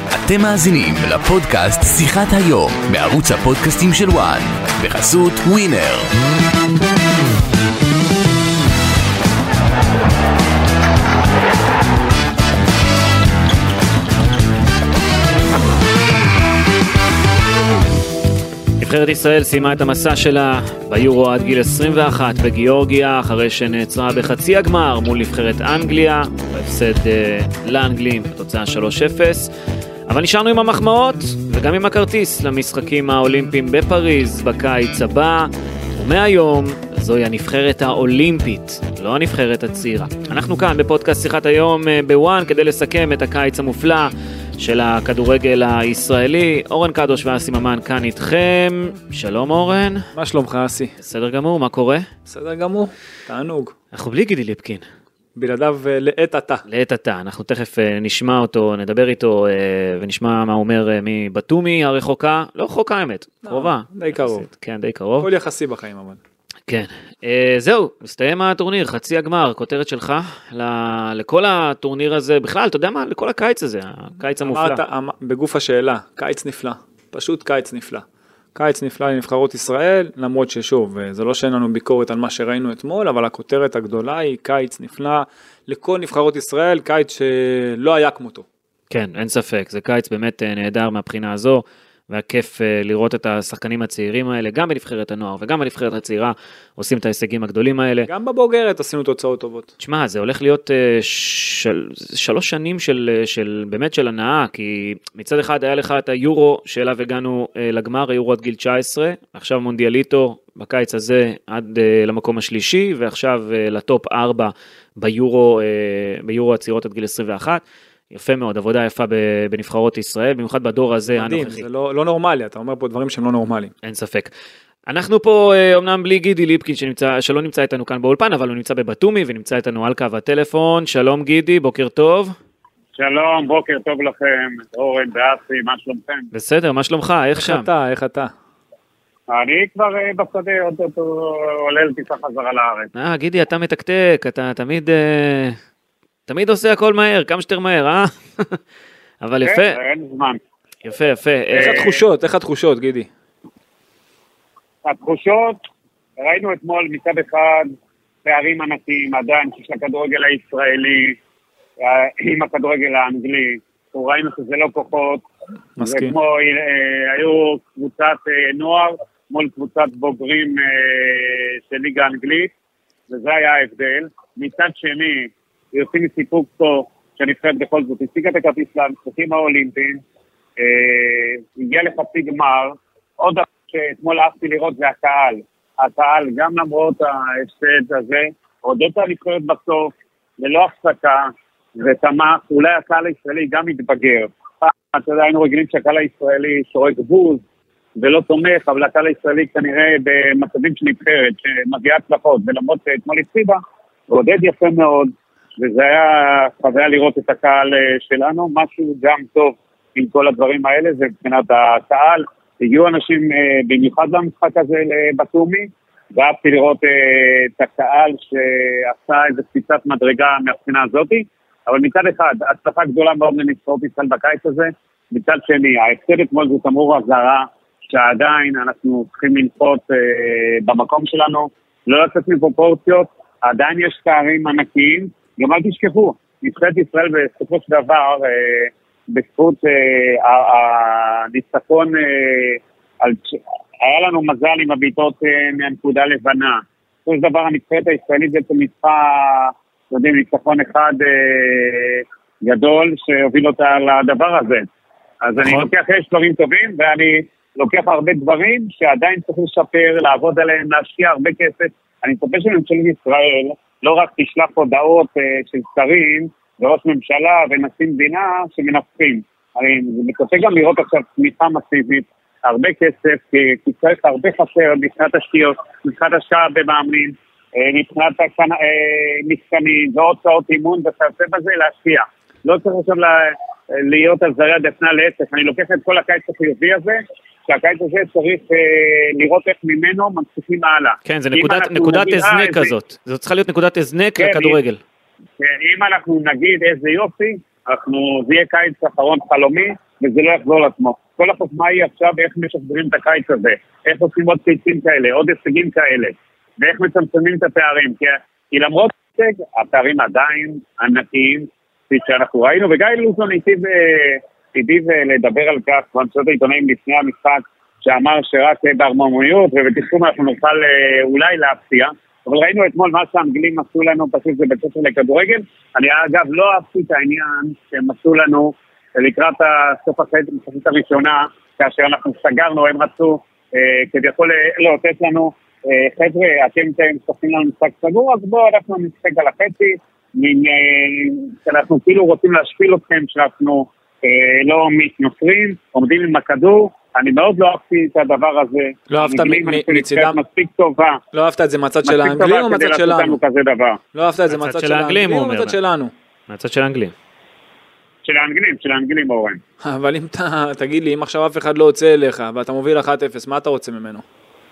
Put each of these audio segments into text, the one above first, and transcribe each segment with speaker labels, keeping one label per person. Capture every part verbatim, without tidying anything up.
Speaker 1: אתם מאזינים לפודקאסט שיחת היום בערוץ הפודקאסטים של וואן בחסות ווינר.
Speaker 2: נבחרת ישראל סיימה את המסע שלה ביורו עד גיל עשרים ואחת בגיאורגיה, אחרי שנעצרה בחצי הגמר מול נבחרת אנגליה, בהפסד אה, לאנגלים בתוצאה שלוש אפס. אבל נשארנו עם המחמאות וגם עם הכרטיס למשחקים האולימפיים בפריז בקיץ הבא, ומהיום זוהי הנבחרת האולימפית, לא הנבחרת הצעירה. אנחנו כאן בפודקאסט שיחת היום בוואן כדי לסכם את הקיץ המופלא של הכדורגל הישראלי. אורן קדוש ואסי ממן כאן איתכם. שלום אורן.
Speaker 3: מה שלומך אסי?
Speaker 2: בסדר גמור, מה קורה?
Speaker 3: בסדר גמור, תענוג.
Speaker 2: אנחנו בלי גידי ליפקין.
Speaker 3: בלעדיו לעת עתה.
Speaker 2: לעת עתה, אנחנו תכף נשמע אותו, נדבר איתו ונשמע מה הוא אומר מבתומי הרחוקה, לא רחוקה האמת, קרובה.
Speaker 3: די קרוב.
Speaker 2: כן, די קרוב.
Speaker 3: כל יחסי בחיים אבל.
Speaker 2: כן, זהו, מסתיים הטורניר, חצי הגמר, כותרת שלך לכל הטורניר הזה, בכלל, אתה יודע מה, לכל הקיץ הזה, הקיץ המופלא.
Speaker 3: בגוף השאלה, קיץ נפלא, פשוט קיץ נפלא. קיץ נפלא לנבחרות ישראל, למרות ששוב, זה לא שאין לנו ביקורת על מה שראינו אתמול, אבל הכותרת הגדולה היא קיץ נפלא לכל נבחרות ישראל, קיץ שלא היה כמותו.
Speaker 2: כן, אין ספק, זה קיץ באמת נהדר מהבחינה הזו, והכיף לראות את השחקנים הצעירים האלה, גם בנבחרת הנוער וגם בנבחרת הצעירה, עושים את ההישגים הגדולים האלה.
Speaker 3: גם בבוגרת עשינו תוצאות טובות.
Speaker 2: תשמע, זה הולך להיות של, שלוש שנים של, של, באמת של הנאה, כי מצד אחד היה לך את היורו שאליו הגענו לגמר, היורו עד גיל תשע עשרה, עכשיו מונדיאליטו בקיץ הזה עד למקום השלישי, ועכשיו לטופ ארבע ביורו, ביורו הצעירות עד גיל עשרים ואחת. יפה מאוד, עבודה יפה בנבחרות ישראל, במיוחד בדור הזה
Speaker 3: מדהים,
Speaker 2: הנוכחי.
Speaker 3: זה לא, לא נורמלי, אתה אומר פה דברים שהם לא נורמליים.
Speaker 2: אין ספק. אנחנו פה אומנם בלי גידי ליפקין שנמצא, שלא נמצא איתנו כאן באולפן, אבל הוא נמצא בבתומי ונמצא איתנו על קו הטלפון. שלום גידי, בוקר טוב.
Speaker 4: שלום, בוקר טוב לכם, אורן ואסי, מה שלומכם?
Speaker 2: בסדר, מה שלומך, איך, איך שם?
Speaker 3: איך אתה, איך אתה?
Speaker 4: אני כבר בשדה, עוד עולה לטיסה חזרה לארץ.
Speaker 2: אה, גידי, אתה מתקתק, אתה תמיד... תמיד עושה הכל מהר, כמה שיותר מהר, אה? אבל יפה.
Speaker 4: כן, אין זמן.
Speaker 2: יפה, יפה.
Speaker 3: איך התחושות, איך התחושות, גידי?
Speaker 4: התחושות, ראינו אתמול מצד אחד פערים ענקיים, עדיין שיש הכדורגל הישראלי, עם הכדורגל האנגלי, ראינו שזה לא כוחות.
Speaker 3: מסכים.
Speaker 4: וכמו היו קבוצת נוער, מול קבוצת בוגרים של ליגה האנגלית, וזה היה ההבדל. מצד שני, יוצאים מסיפוק פה שנבחרת בכל זאת, השיגה את הכרטיס למשחקים האולימפיים, הגיע לחצי גמר, עוד דבר שאתמול אהבתי לראות זה הקהל, הקהל גם למרות ההפסד הזה, עודד את הנבחרת בסוף, ללא הפסקה, ותמך, אולי הקהל הישראלי גם מתבגר, אתה יודע, היינו רגילים שהקהל הישראלי שורק בוז, ולא תומך, אבל הקהל הישראלי כנראה במצבים של נבחרת, שמגיעה הצלחות, ולמרות שאתמול הפסידה, עודד יפה מאוד, וזה היה חוויה לראות את הקהל שלנו, משהו גם טוב עם כל הדברים האלה, זה מבחינת הקהל, הגיעו אנשים במיוחד במשחק הזה לבתומי, ואהבתי לראות את הקהל שעשה איזו קפיצת מדרגה מהבחינה הזאת, אבל מצד אחד, הצלחה גדולה מאוד לנבחרות ישראל בקיץ הזה, מצד שני, ההפסד אתמול זה תמרור אזהרה, שעדיין אנחנו צריכים לנחות במקום שלנו, לא לצאת מפרופורציות, עדיין יש פערים ענקיים, גם אל תשכחו, נבחרת ישראל בסופו של דבר, אה, בזכות אה, הניצחון, אה, על, היה לנו מזל עם הביטות אה, מהנקודה לבנה. בסופו של דבר הנבחרת הישראלית בעצם ניצחה, יודעים, ניצחון אחד אה, גדול שהוביל אותה לדבר הזה. אז נכון. אני לוקח, יש דברים טובים, ואני לוקח הרבה דברים שעדיין צריך לשפר, לעבוד עליהם, להשקיע הרבה כסף. אני מצפה שממשלת ישראל, לא רק תשלח הודעות uh, של שרים וראש ממשלה ונשיא מדינה שמנצחים. אני מצפה גם לראות עכשיו תמיכה מסיבית, הרבה כסף, כי, כי צריך הרבה חסר מבחינת השקעות, מבחינת השקעה במאמנים, מבחינת מתקנים והוצאות אימון וכיוצא בזה להשקיע. לא צריך עכשיו להיות על זרי הדפנה לעצף. אני לוקח את כל הקיץ החיובי הזה, שהקיץ הזה צריך אה, לראות איך ממנו ממשיכים הלאה.
Speaker 2: כן, זה נקודת, נקודת הזנק כזאת. זו צריכה להיות נקודת הזנק כן, לכדורגל.
Speaker 4: כן, אם אנחנו נגיד איזה יופי, אנחנו, זה יהיה קיץ אחרון חלומי, וזה לא יחזור לעצמו. כל החוכמה היא עכשיו איך משחזרים את הקיץ הזה, איך עושים עוד קיצים כאלה, עוד הישגים כאלה, ואיך מצמצמים את הפערים, כי, כי למרות הישג, הפערים עדיין ענקיים, כפי שאנחנו ראינו, וגיא לוזון היטיב, היטיב לדבר על כך, במסעות העיתונאים לפני המשחק, שאמר שרק בהרמוניות, ובתחום אנחנו נוכל אולי להפתיע, אבל ראינו אתמול מה שהאנגלים עשו לנו, פשוט זה בית ספר לכדורגל. אני אגב לא אהבתי את העניין שהם עשו לנו לקראת הסוף החצי הראשונה, כאשר אנחנו סגרנו, הם רצו אה, כביכול לאותת לנו, אה, חבר'ה, אתם משחקים לנו משחק סגור, אז בואו אנחנו נשחק על החצי, אה, אנחנו כאילו רוצים להשפיל אתכם, שאנחנו אה, לא מתנוסרים, עומדים עם הכדור, אני מאוד לא אהבתי את הדבר הזה.
Speaker 3: לא אהבת מצידם?
Speaker 4: מספיק טובה.
Speaker 3: לא אהבת את זה מהצד של האנגלים או מהצד שלנו? לא אהבת את זה מהצד של האנגלים או מהצד שלנו?
Speaker 2: מהצד של האנגלים.
Speaker 4: של האנגלים, של האנגלים אורן.
Speaker 3: אבל אם אתה, תגיד לי, אם עכשיו אף אחד לא יוצא אליך ואתה מוביל אחת אפס, מה אתה רוצה ממנו?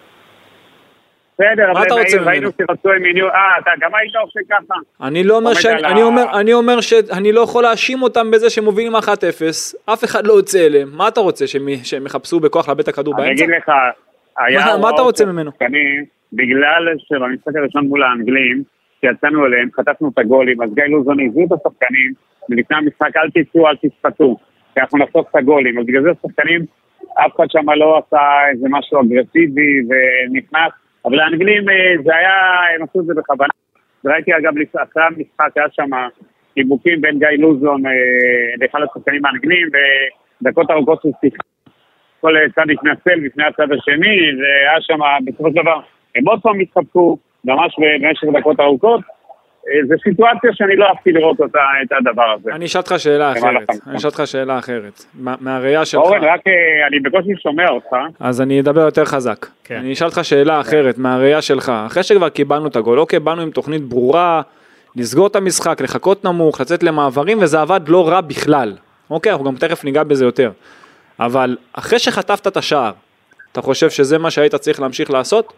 Speaker 4: בסדר, אבל ראינו שרצו עם מיניו, אה, אתה גם היית עושה ככה.
Speaker 3: אני לא אומר שאני, אני אומר, אני אומר שאני לא יכול להאשים אותם בזה שהם מובילים אחת אפס, אף אחד לא יוצא אליהם, מה אתה רוצה, שהם יחפשו בכוח לבית הכדור באמצע?
Speaker 4: אני אגיד לך,
Speaker 3: מה אתה רוצה ממנו?
Speaker 4: בגלל שבמשחק הראשון מול האנגלים, שיצאנו אליהם, חטפנו את הגולים, אז גיא לוזון הזו את השחקנים, ולפני המשחק אל תצאו, אל תספתו, כי אנחנו נחסוך את הגולים, אז בגלל זה השחקנים, אף אחד שם לא עשה איזה משהו אגרסיבי ונכנס, אבל האנגלים זה היה, הם עשו את זה בכוונה. ראיתי אגב אחרי המשחק, היה שם חיבוקים בין גיא לוזון לאחד השחקנים האנגלים, ודקות ארוכות של שיחה. כל צד התנצל בפני הצד השני, והיה שם בסופו של דבר, הם עוד פעם התחבקו, ממש במשך דקות ארוכות. זו סיטואציה שאני לא אהבתי לראות אותה, את הדבר הזה.
Speaker 3: אני אשאל אותך שאלה אחרת, אני אשאל אותך שאלה אחרת, מהראייה שלך.
Speaker 4: אורן, רק אני בקושי שומע אותך.
Speaker 3: אז אני אדבר יותר חזק. אני אשאל אותך שאלה אחרת, מהראייה שלך. אחרי שכבר קיבלנו את הגול, אוקיי, באנו עם תוכנית ברורה, לסגור את המשחק, לחכות נמוך, לצאת למעברים, וזה עבד לא רע בכלל. אוקיי, אנחנו גם תכף ניגע בזה יותר. אבל אחרי שחטפת את השער, אתה חושב שזה מה שהיית צריך להמשיך לעשות?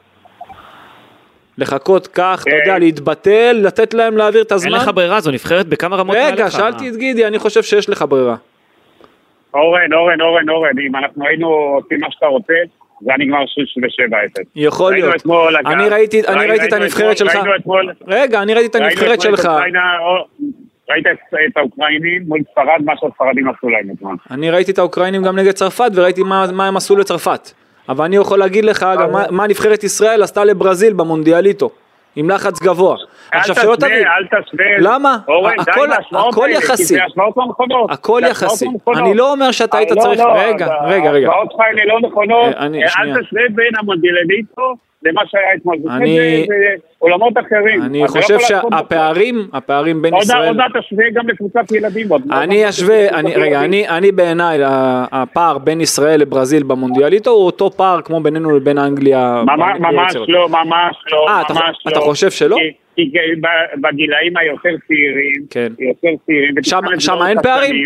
Speaker 3: לחכות כך, אתה יודע, להתבטל, לתת להם להעביר את הזמן.
Speaker 2: אין לך ברירה, זו נבחרת בכמה רמות מעליך.
Speaker 3: רגע, שאלתי את גידי, אני חושב שיש לך ברירה.
Speaker 4: אורן, אורן, אורן, אורן, אם אנחנו היינו עושים מה שאתה רוצה, זה היה נגמר שש ושבע אפס.
Speaker 3: יכול להיות. אני ראיתי את הנבחרת שלך. רגע, אני ראיתי את הנבחרת שלך.
Speaker 4: ראית את האוקראינים מול ספרד, מה שהספרדים עשו להם אתמול.
Speaker 3: אני ראיתי את האוקראינים גם נגד צרפת, וראיתי מה הם עשו לצרפת. אבל אני יכול להגיד לך גם מה נבחרת ישראל עשתה לברזיל במונדיאליטו, עם לחץ גבוה. עכשיו שלא תבין.
Speaker 4: אל תשווה.
Speaker 3: למה? הכל יחסי. הכל יחסי. אני לא אומר שאתה היית צריך... רגע, רגע, רגע.
Speaker 4: ההשוואות האלה לא נכונות. אל תשווה בין המונדיאליטו למה שהיה אתמול.
Speaker 3: אני...
Speaker 4: עולמות אחרים.
Speaker 3: אני חושב שהפערים, הפערים בין ישראל...
Speaker 4: עוד תשווה גם לקבוצת ילדים.
Speaker 3: אני אשווה, רגע, אני בעיניי, הפער בין ישראל לברזיל במונדיאליטו, הוא אותו פער כמו בינינו לבין אנגליה.
Speaker 4: ממש לא, ממש לא.
Speaker 3: אה, אתה חושב שלא?
Speaker 4: כי בגילאים היותר צעירים, יותר צעירים...
Speaker 3: שם אין פערים?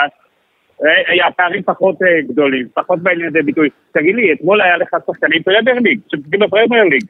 Speaker 4: הפערים פחות גדולים, פחות באים לידי ביטוי. תגיד לי, אתמול היה לך שחקנים פרמייר ליג, שפסקים בפרמייר ליג.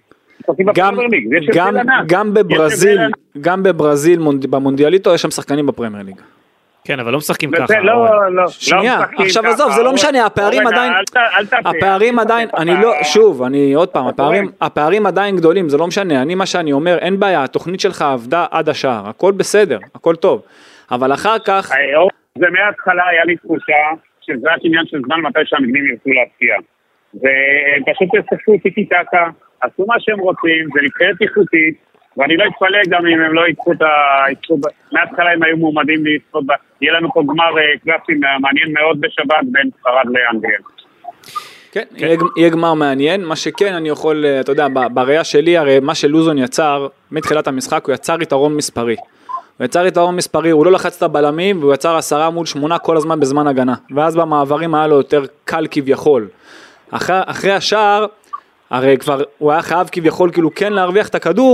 Speaker 3: גם בברזיל, גם בברזיל במונדיאליטו יש שם שחקנים בפרמייר ליג.
Speaker 2: כן, אבל לא משחקים ככה.
Speaker 4: לא, לא.
Speaker 3: שנייה, עכשיו עזוב, זה לא משנה, הפערים עדיין, הפערים עדיין, אני לא, שוב, אני עוד פעם, הפערים עדיין גדולים, זה לא משנה, אני מה שאני אומר, אין בעיה, התוכנית שלך עבדה עד השער, הכל בסדר, הכל טוב, אבל אחר כך...
Speaker 4: זה מההתחלה היה לי תחושה שזה רק עניין של זמן מתי שהמגנים ירצו להפתיע. ופשוט תספקו טיקי טקה, עשו מה שהם רוצים, זה נבחרת איכותית, ואני לא אתפלא גם אם הם לא יצפו את ה... מההתחלה הם היו מועמדים לצפות בה. יהיה לנו פה גמר קלאסי מעניין מאוד בשבת בין ספרד לאנגליה.
Speaker 3: כן, יהיה גמר מעניין, מה שכן אני יכול, אתה יודע, בראייה שלי, הרי מה שלוזון יצר, מתחילת המשחק הוא יצר יתרון מספרי. הוא יצר יתרון מספרי, הוא לא לחץ את הבלמים, והוא יצר עשרה מול שמונה כל הזמן בזמן הגנה, ואז במעברים היה לו יותר קל כביכול. אחרי, אחרי השער, הרי כבר הוא היה חייב כביכול כאילו כן להרוויח את הכדור,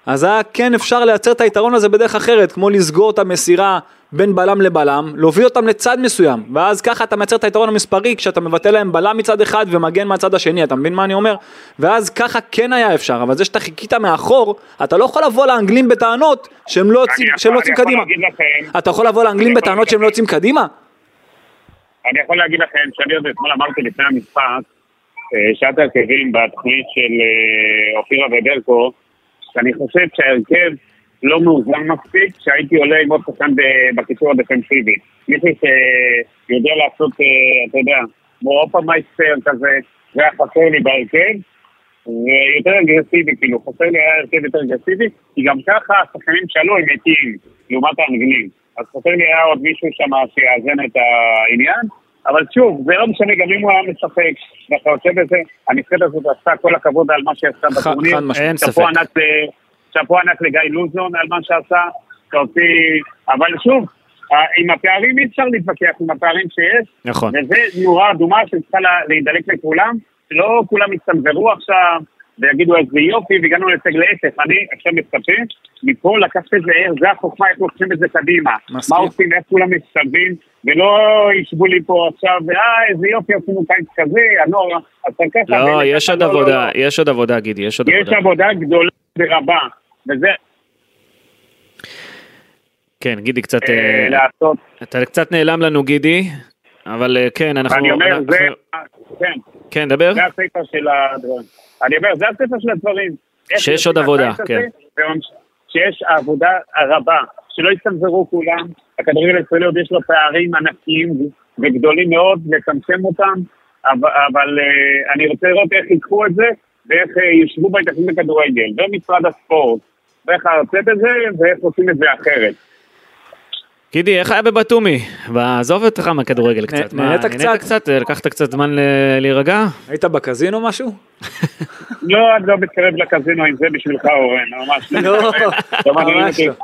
Speaker 3: אז היה כן אפשר לייצר את היתרון הזה בדרך אחרת, כמו לסגור את המסירה בין בלם לבלם, להוביל אותם לצד מסוים, ואז ככה אתה מייצר את היתרון המספרי, כשאתה מבטל להם בלם מצד אחד ומגן מהצד השני, אתה מבין מה אני אומר? ואז ככה כן היה אפשר, אבל זה שאתה חיכית מאחור, אתה לא יכול לבוא לאנגלים בטענות שהם לא יוצאים קדימה. אתה יכול לבוא לאנגלים בטענות שהם לא יוצאים קדימה?
Speaker 4: אני יכול להגיד לכם, שאני עוד אתמול אמרתי לפני המשחק, שעת הרכבים בתוכנית של אופירה ודרקו, שאני חושב שההרכב לא מאוזן מספיק, שהייתי עולה עם עוד שחקן בקיצור הדפנסיבי. מישהו שיודע לעשות, אתה יודע, כמו אופה מייסטר כזה, זה היה חסר לי בהרכב, ויותר אגרסיבי, כאילו, חסר לי היה הרכב יותר אגרסיבי, כי גם ככה השחקנים שלו הם מתים, לעומת האנגלים. אז חסר לי היה עוד מישהו שם שיאזן את העניין, אבל שוב, זה לא משנה, גם אם הוא היה משחק, ואתה חושב בזה, הנבחרת הזאת עשתה כל הכבוד על מה שעשתה בטורניר, שאפו ענק לגיא לוזון על מה שעשה, אבל שוב, עם הפערים אי אפשר להתווכח, עם הפערים שיש,
Speaker 2: נכון.
Speaker 4: וזה נורה אדומה שצריכה להידלק לכולם, שלא כולם יצטנזרו עכשיו, ויגידו איזה יופי, והגענו לצג לעצף, אני עכשיו מצפה, מפה לקחת את זה, זה החוכמה, איך לוקחים את זה קדימה, מה עושים, איך כולם מצטלבים, ולא ישבו לי פה עכשיו, אה, איזה יופי, עשינו קיץ כזה, הנור, אז ככה...
Speaker 2: לא, יש עוד עבודה, יש עוד עבודה, גידי, יש עוד עבודה.
Speaker 4: יש עבודה גדולה ורבה, וזה...
Speaker 2: כן, גידי, קצת... אתה קצת נעלם לנו, גידי, אבל כן, אנחנו...
Speaker 4: אני אומר, זה... כן.
Speaker 2: כן, דבר.
Speaker 4: זה הספר של הדברים. אני אומר, זה הספר של הדברים.
Speaker 2: שיש עוד עבודה, כן.
Speaker 4: שיש עבודה רבה, שלא יצטנזרו כולם, הכדורגל הישראלי עוד יש לו פערים ענקיים וגדולים מאוד, לצמצם אותם, אבל אני רוצה לראות איך ייקחו את זה, ואיך ישבו בהתאחדות בכדורגל, ומשרד הספורט, ואיך לצאת את זה, ואיך עושים את זה אחרת.
Speaker 2: גידי, איך היה בבטומי? ועזוב אותך מהכדורגל קצת.
Speaker 3: נהנית קצת?
Speaker 2: לקחת קצת זמן להירגע?
Speaker 3: היית בקזינו משהו?
Speaker 4: לא, אני לא מתקרב לקזינו עם זה בשבילך, אורן, ממש
Speaker 3: לא. ממש לא.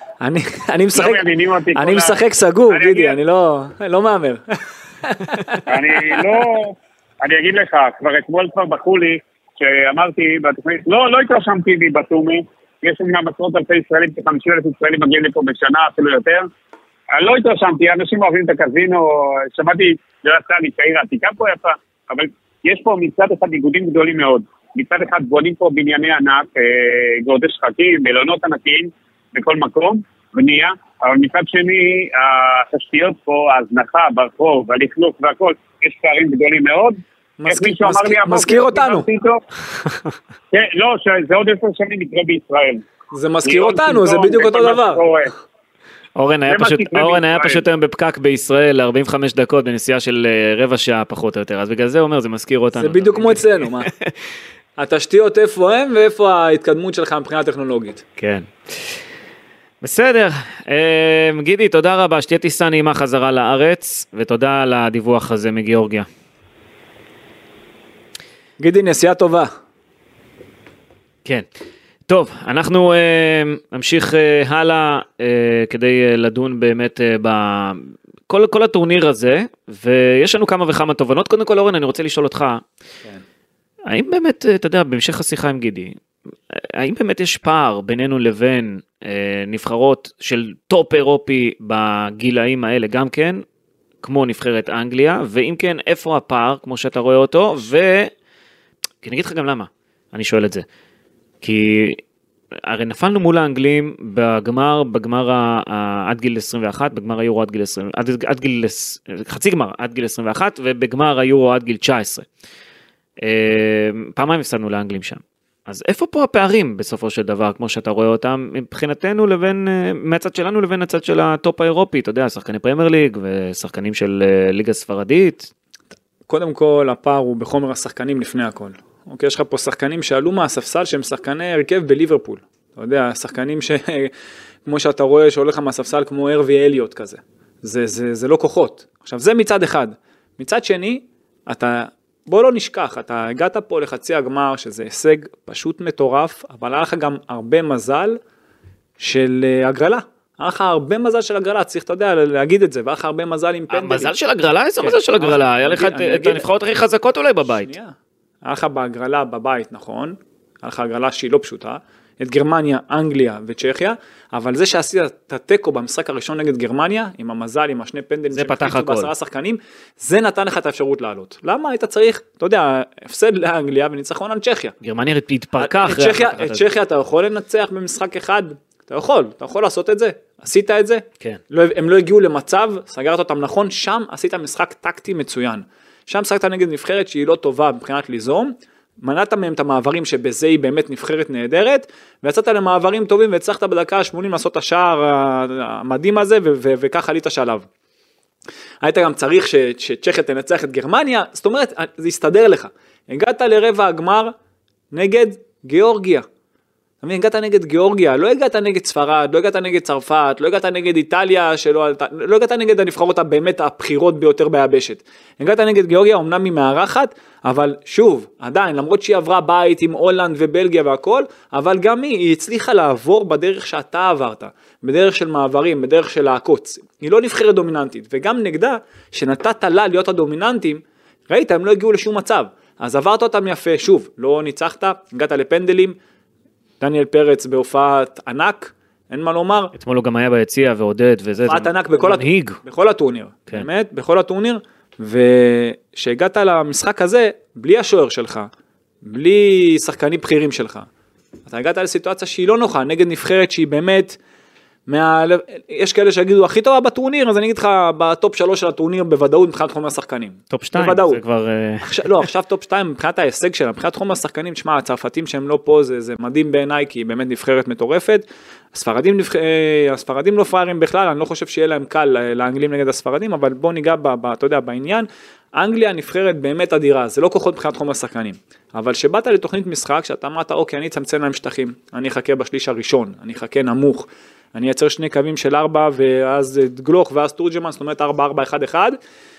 Speaker 3: אני משחק סגור, גידי, אני לא מאמר.
Speaker 4: אני לא, אני אגיד לך, כבר אתמול כבר בחו לי, שאמרתי בתוכנית, לא, לא התרשמתי מבטומי, יש לנו עשרות אלפי ישראלים, כ-חמישים אלף ישראלים מגיעים לפה בשנה, אפילו יותר. אני לא התרשמתי, אנשים אוהבים את הקזינו, שמעתי, לא יצא לי צעיר העתיקה פה יפה, אבל יש פה מצד אחד איגודים גדולים מאוד. מצד אחד בונים פה בנייני ענק, גורדי שחקים, מלונות ענקיים, בכל מקום, בנייה, אבל מצד שני, התשתיות פה, ההזנחה, ברחוב, הלכלוך והכל, יש פערים גדולים מאוד.
Speaker 3: מזכיר אותנו.
Speaker 4: לא, זה עוד עשר שנים יקרה בישראל.
Speaker 3: זה מזכיר אותנו, זה בדיוק אותו דבר.
Speaker 2: אורן היה פשוט היום בפקק בישראל, ארבעים וחמש דקות בנסיעה של רבע שעה פחות או יותר, אז בגלל זה הוא אומר, זה מזכיר אותנו.
Speaker 3: זה בדיוק כמו אצלנו, מה? התשתיות איפה הם ואיפה ההתקדמות שלך מבחינה טכנולוגית.
Speaker 2: כן. בסדר, גידי, תודה רבה, שתהיה טיסה נעימה חזרה לארץ, ותודה על הדיווח הזה מגיאורגיה.
Speaker 3: גידי, נסיעה טובה.
Speaker 2: כן. טוב, אנחנו אה, נמשיך אה, הלאה אה, כדי אה, לדון באמת אה, בכל כל הטורניר הזה, ויש לנו כמה וכמה תובנות. קודם כל, אורן, אני רוצה לשאול אותך, כן. האם באמת, אתה יודע, בהמשך השיחה עם גידי, האם באמת יש פער בינינו לבין אה, נבחרות של טופ אירופי בגילאים האלה גם כן, כמו נבחרת אנגליה, ואם כן, איפה הפער, כמו שאתה רואה אותו, ו... כי אני אגיד לך גם למה, אני שואל את זה. כי הרי נפלנו מול האנגלים בגמר, בגמר עד גיל עשרים ואחת, בגמר היורו עד גיל עשרים, עד, עד גיל, חצי גמר עד גיל עשרים ואחת, ובגמר היורו עד גיל תשע עשרה. פעמיים הפסדנו לאנגלים שם. אז איפה פה הפערים בסופו של דבר, כמו שאתה רואה אותם, מבחינתנו לבין, מהצד שלנו לבין הצד של הטופ האירופי, אתה יודע, שחקני פרמייר ליג ושחקנים של ליגה ספרדית?
Speaker 3: קודם כל, הפער הוא בחומר השחקנים לפני הכל. אוקיי, יש לך פה שחקנים שעלו מהספסל שהם שחקני הרכב בליברפול. אתה יודע, שחקנים ש... כמו שאתה רואה שהולך מהספסל כמו ארווי אליוט כזה. זה, זה, זה לא כוחות. עכשיו, זה מצד אחד. מצד שני, אתה, בוא לא נשכח, אתה הגעת פה לחצי הגמר, שזה הישג פשוט מטורף, אבל היה לך גם הרבה מזל של הגרלה. היה לך הרבה מזל של הגרלה, צריך, אתה יודע, להגיד את זה, והיה לך הרבה מזל עם פנדלים.
Speaker 2: המזל של הגרלה? איזה מזל של הגרלה? היה לך את הנבחרות הכי חזקות אולי בבית.
Speaker 3: שנייה. היה לך בהגרלה בבית, נכון, היה לך הגרלה שהיא לא פשוטה, את גרמניה, אנגליה וצ'כיה, אבל זה שעשית את הטקו במשחק הראשון נגד גרמניה, עם המזל, עם השני פנדלים,
Speaker 2: זה פתח הכל.
Speaker 3: בעשרה שחקנים, זה נתן לך את האפשרות לעלות. למה היית צריך, אתה יודע, הפסד לאנגליה וניצחון על צ'כיה.
Speaker 2: גרמניה התפרקה אחרי...
Speaker 3: את צ'כיה אתה יכול לנצח במשחק אחד, אתה יכול, אתה יכול לעשות את זה, עשית את זה,
Speaker 2: כן.
Speaker 3: לא, הם לא הגיעו למצב, סגרת אותם נכון, שם עשית משחק טקטי מצוין, שם שחקת נגד נבחרת שהיא לא טובה מבחינת ליזום, מנעת מהם את המעברים שבזה היא באמת נבחרת נהדרת, ויצאת למעברים טובים והצלחת בדקה ה-שמונים לעשות את השער המדהים הזה, ו- ו- וכך עלית שלב. היית גם צריך ש- שצ'כיה תנצח את גרמניה, זאת אומרת, זה יסתדר לך. הגעת לרבע הגמר נגד גיאורגיה. הגעת נגד גיאורגיה, לא הגעת נגד ספרד, לא הגעת נגד צרפת, לא הגעת נגד איטליה, שלא, לא הגעת נגד הנבחרות הבאמת הבחירות ביותר ביבשת. הגעת נגד גיאורגיה, אמנם היא מארחת, אבל שוב, עדיין, למרות שהיא עברה בית עם הולנד ובלגיה והכל, אבל גם היא, היא הצליחה לעבור בדרך שאתה עברת, בדרך של מעברים, בדרך של לעקוץ. היא לא נבחרת דומיננטית, וגם נגדה, שנתת לה להיות הדומיננטים, ראית, הם לא הגיעו לשום מצב. אז עברת אותם יפה, שוב, לא ניצחת, הגעת לפנדלים, דניאל פרץ בהופעת ענק, אין מה לומר.
Speaker 2: אתמול הוא גם היה ביציע ועודד וזה.
Speaker 3: הופעת ענק בכל, הת... בכל הטורניר, כן. באמת, בכל הטורניר, ושהגעת למשחק הזה, בלי השוער שלך, בלי שחקנים בכירים שלך, אתה הגעת לסיטואציה שהיא לא נוחה, נגד נבחרת שהיא באמת, מה... יש כאלה שיגידו הכי טובה בטורניר, אז אני אגיד לך בטופ שלוש של הטורניר בוודאות מבחינת תחום השחקנים.
Speaker 2: טופ שתיים,
Speaker 3: בוודאות.
Speaker 2: זה כבר...
Speaker 3: עכשיו, לא, עכשיו טופ שתיים מבחינת ההישג שלה, מבחינת תחום השחקנים, תשמע, הצרפתים שהם לא פה, זה, זה מדהים בעיניי, כי היא באמת נבחרת מטורפת. הספרדים, נבח... הספרדים לא פראיירים בכלל, אני לא חושב שיהיה להם קל לאנגלים נגד הספרדים, אבל בוא ניגע, ב, ב, אתה יודע, בעניין, אנגליה נבחרת באמת אדירה, זה לא כוחות מבחינת תחום השחקנים. אבל שבאת לתוכנית משחק, שאתה אמרת, אוקיי, אני אצמצם להם שטחים, אני אחכה בשליש הראשון, אני אחכה נמוך, אני אייצר שני קווים של ארבע, ואז גלוך, ואז תורג'מן, זאת אומרת ארבע, ארבע, אחד, אחד,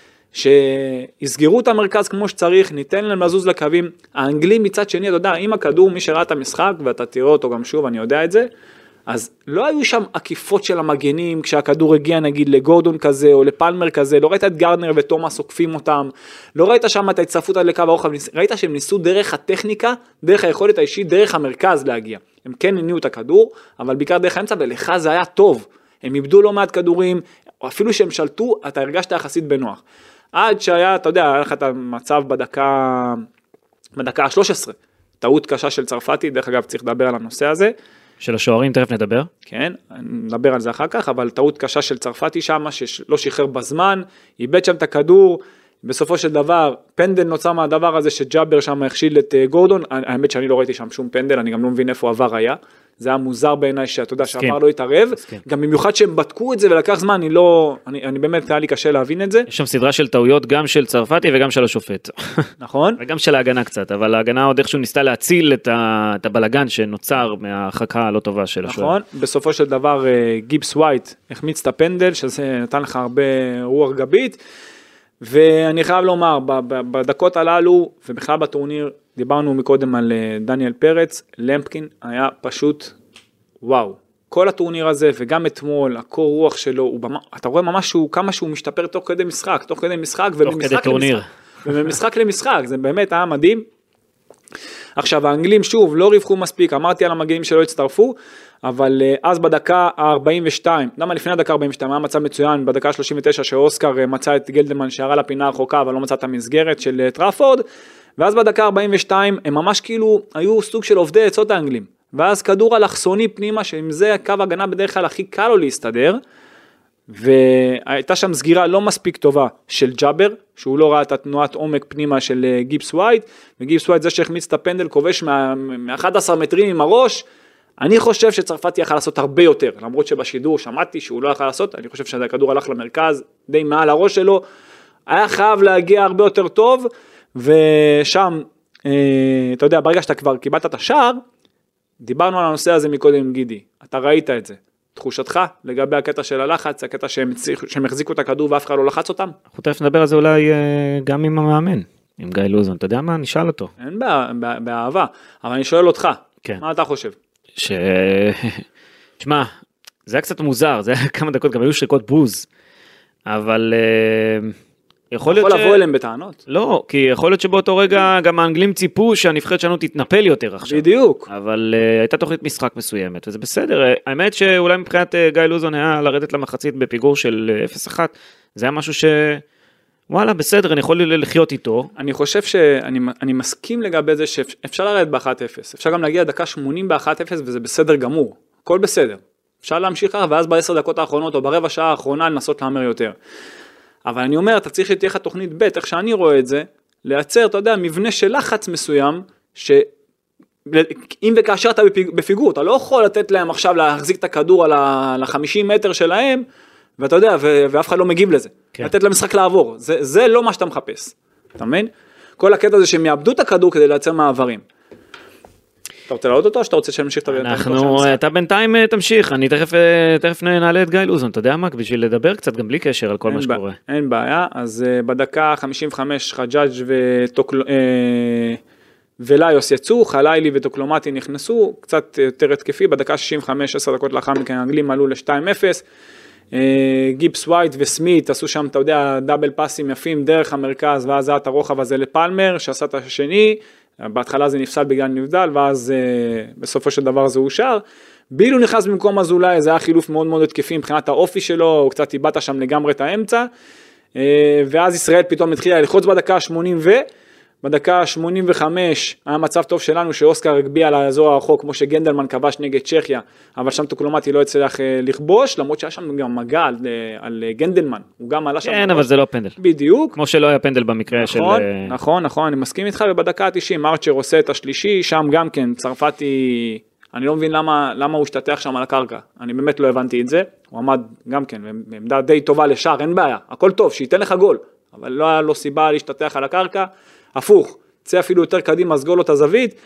Speaker 3: שיסגרו את המרכז כמו שצריך, ניתן להם לזוז לקווים, האנגלים מצד שני, אתה יודע, אם הכדור, מי שראה את המשחק, ואתה תראה אותו גם שוב, אני יודע את זה, אז לא היו שם עקיפות של המגנים, כשהכדור הגיע נגיד לגורדון כזה, או לפלמר כזה, לא ראית את גרדנר ותומאס עוקפים אותם, לא ראית שם את ההצטרפות עד לקו הרוחב, ראית שהם ניסו דרך הטכניקה, דרך היכולת האישית, דרך המרכז להגיע. הם כן הניעו את הכדור, אבל בעיקר דרך האמצע, ולך זה היה טוב. הם איבדו לא מעט כדורים, או אפילו שהם שלטו, אתה הרגשת יחסית בנוח. עד שהיה, אתה יודע, היה לך את המצב בדקה, בדקה ה-שלוש עשרה, טעות קשה של צרפתי, דרך אגב צריך לדבר על הנושא הזה.
Speaker 2: של השוערים, תכף נדבר.
Speaker 3: כן, נדבר על זה אחר כך, אבל טעות קשה של צרפתי שם, שלא שחרר בזמן, איבד שם את הכדור, בסופו של דבר, פנדל נוצר מהדבר הזה שג'אבר שם הכשיל את גורדון, האמת שאני לא ראיתי שם שום פנדל, אני גם לא מבין איפה עבר היה, זה היה מוזר בעיניי שאתה יודע שעבר לא התערב, גם במיוחד שהם בדקו את זה ולקח זמן, אני לא, אני, אני באמת היה לי קשה להבין את זה.
Speaker 2: יש שם סדרה של טעויות גם של צרפתי וגם של השופט.
Speaker 3: נכון.
Speaker 2: וגם של ההגנה קצת, אבל ההגנה עוד איכשהו ניסתה להציל את, ה, את הבלגן שנוצר מההרחקה הלא טובה של השוער.
Speaker 3: נכון, בסופו של דבר גיבס ווייט החמיץ את הפנדל, שזה נתן לך הרבה רוח גבית, ואני חייב לומר, בדקות הללו, ובכלל בטורניר, דיברנו מקודם על דניאל פרץ, למפקין היה פשוט וואו. כל הטורניר הזה, וגם אתמול, הקור רוח שלו, הוא במ... אתה רואה ממש שהוא, כמה שהוא משתפר תוך כדי משחק, תוך כדי משחק,
Speaker 2: תוך כדי טורניר.
Speaker 3: וממשחק למשחק, זה באמת היה מדהים. עכשיו, האנגלים שוב לא ריווחו מספיק, אמרתי על המגנים שלא הצטרפו, אבל אז בדקה ה-ארבעים ושתיים, למה לפני הדקה ה-ארבעים ושתיים, היה מצב מצוין, בדקה ה-שלושים ותשע שאוסקר מצא את גלדמן שערה לפינה הרחוקה, אבל לא מצא את המסגרת של טראפורד, ואז בדקה ה-ארבעים ושתיים, הם ממש כאילו היו סוג של עובדי עצות האנגלים, ואז כדור אלכסוני פנימה, שעם זה הקו הגנה בדרך כלל הכי קל לו להסתדר, והייתה שם סגירה לא מספיק טובה של ג'אבר, שהוא לא ראה את התנועת עומק פנימה של גיבס ווייט, וגיבס ווייט זה שהחמיץ את הפנדל, כובש מ-אחד עשר מטרים עם הראש, אני חושב שצרפתי יכל לעשות הרבה יותר, למרות שבשידור שמעתי שהוא לא יכל לעשות, אני חושב שהכדור הלך למרכז, די מעל הראש שלו, היה חייב להגיע הרבה יותר טוב, ושם, אתה יודע, ברגע שאתה כבר קיבלת את השער, דיברנו על הנושא הזה מקודם עם גידי, אתה ראית את זה. תחושתך לגבי הקטע של הלחץ, הקטע שהם, שהם החזיקו את הכדור ואף אחד לא לחץ אותם?
Speaker 2: אנחנו תכף נדבר על זה אולי גם עם המאמן, עם גיא לוזון, אתה יודע מה? נשאל אותו.
Speaker 3: אין בא, בא, באהבה, אבל אני שואל אותך, כן. מה אתה חושב?
Speaker 2: ש... שמע, זה היה קצת מוזר, זה היה כמה דקות, גם היו שריקות בוז, אבל יכול
Speaker 3: יכול לבוא אליהם בטענות.
Speaker 2: לא, כי יכול להיות שבאותו רגע גם האנגלים ציפו שהנבחרת שלנו תתנפל יותר עכשיו.
Speaker 3: בדיוק.
Speaker 2: אבל uh, הייתה תוכנית משחק מסוימת, וזה בסדר. האמת שאולי מבחינת uh, גיא לוזון היה לרדת למחצית בפיגור של אפס אחת, זה היה משהו ש... וואלה, בסדר, אני יכול לחיות איתו.
Speaker 3: אני חושב שאני אני מסכים לגבי זה שאפשר לרדת ב-אחת אפס. אפשר גם להגיע דקה שמונים ב-אחת אפס, וזה בסדר גמור. הכל בסדר. אפשר להמשיך ככה, ואז בעשר דקות האחרונות, או ברבע שעה האחרונה, לנסות להמר יותר. אבל אני אומר, אתה צריך שתהיה לך תוכנית ב', איך שאני רואה את זה, לייצר, אתה יודע, מבנה של לחץ מסוים, שאם וכאשר אתה בפיגור, אתה לא יכול לתת להם עכשיו להחזיק את הכדור על ה-חמישים מטר שלהם, ואתה יודע, ואף אחד לא מגיב לזה. כן. לתת למשחק לעבור. זה, זה לא מה שאתה מחפש. אתה מבין? כל הקטע הזה שהם יאבדו את הכדור כדי לייצר מעברים. אתה רוצה לעוד אותו, או שאתה רוצה שנמשיך את המשחק?
Speaker 2: אנחנו, אתה בינתיים תמשיך, אני תכף, תכף נעלה את גיא לוזון, אתה יודע מה? בשביל לדבר קצת, גם בלי קשר על כל מה שקורה.
Speaker 3: אין בעיה, אז בדקה חמישים וחמש חג'אג' וליוס יצאו, חלילי וטוקלומטי נכנסו, קצת יותר התקפי, בדקה שישים וחמש, עשר דקות לאחר מכן, האנגלים עלו ל-שתיים אפס, גיבס ווייט וסמית עשו שם, אתה יודע, דאבל פאסים יפים דרך המרכז, ואז היה את הרוחב הזה לפלמר, שעשה את השני, בהתחלה זה נפסל בגלל נבדל, ואז בסופו של דבר זה אושר. בילו נכנס במקום אזולאי, זה היה חילוף מאוד מאוד התקפי מבחינת האופי שלו, הוא קצת איבד שם לגמרי את האמצע, ואז ישראל פתאום התחילה ללחוץ בדקה ה-שמונים ו... בדקה ה-שמונים וחמש היה מצב טוב שלנו שאוסקר הגביע על האזור הרחוק, כמו שגנדלמן כבש נגד צ'כיה, אבל שם טוקלומטי לא הצליח לכבוש, למרות שהיה שם גם מגע על, על גנדלמן, הוא גם עלה שם.
Speaker 2: כן, אבל זה לא פנדל.
Speaker 3: בדיוק.
Speaker 2: כמו שלא היה פנדל במקרה
Speaker 3: נכון,
Speaker 2: של...
Speaker 3: נכון, נכון, נכון, אני מסכים איתך, ובדקה ה-תשעים ארצ'ר עושה את השלישי, שם גם כן, צרפתי, אני לא מבין למה, למה הוא השתתח שם על הקרקע, אני באמת לא הבנתי את זה, הוא עמד גם כן, בעמדה די טובה לשער, אין בעיה, הכל טוב, שייתן לך גול, אבל לא היה לו סיבה להשתתח על הקרקע, הפוך, צא אפילו יותר קדימה, סגול לו את הזווית,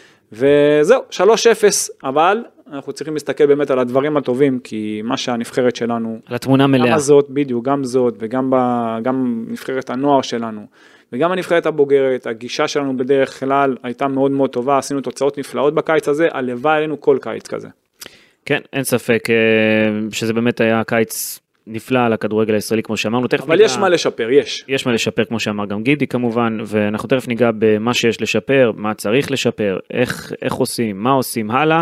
Speaker 3: וזהו, שלוש אפס, אבל אנחנו צריכים להסתכל באמת על הדברים הטובים, כי מה שהנבחרת שלנו,
Speaker 2: על התמונה מלאה.
Speaker 3: גם זאת, בדיוק, גם זאת, וגם ב, גם נבחרת הנוער שלנו, וגם הנבחרת הבוגרת, הגישה שלנו בדרך כלל הייתה מאוד מאוד טובה, עשינו תוצאות נפלאות בקיץ הזה, הלוואי עלינו כל קיץ כזה.
Speaker 2: כן, אין ספק שזה באמת היה קיץ נפלא על הכדורגל הישראלי, כמו שאמרנו.
Speaker 3: אבל ניגע... יש מה לשפר, יש.
Speaker 2: יש מה לשפר, כמו שאמר גם גידי כמובן, ואנחנו תכף ניגע במה שיש לשפר, מה צריך לשפר, איך, איך עושים, מה עושים הלאה,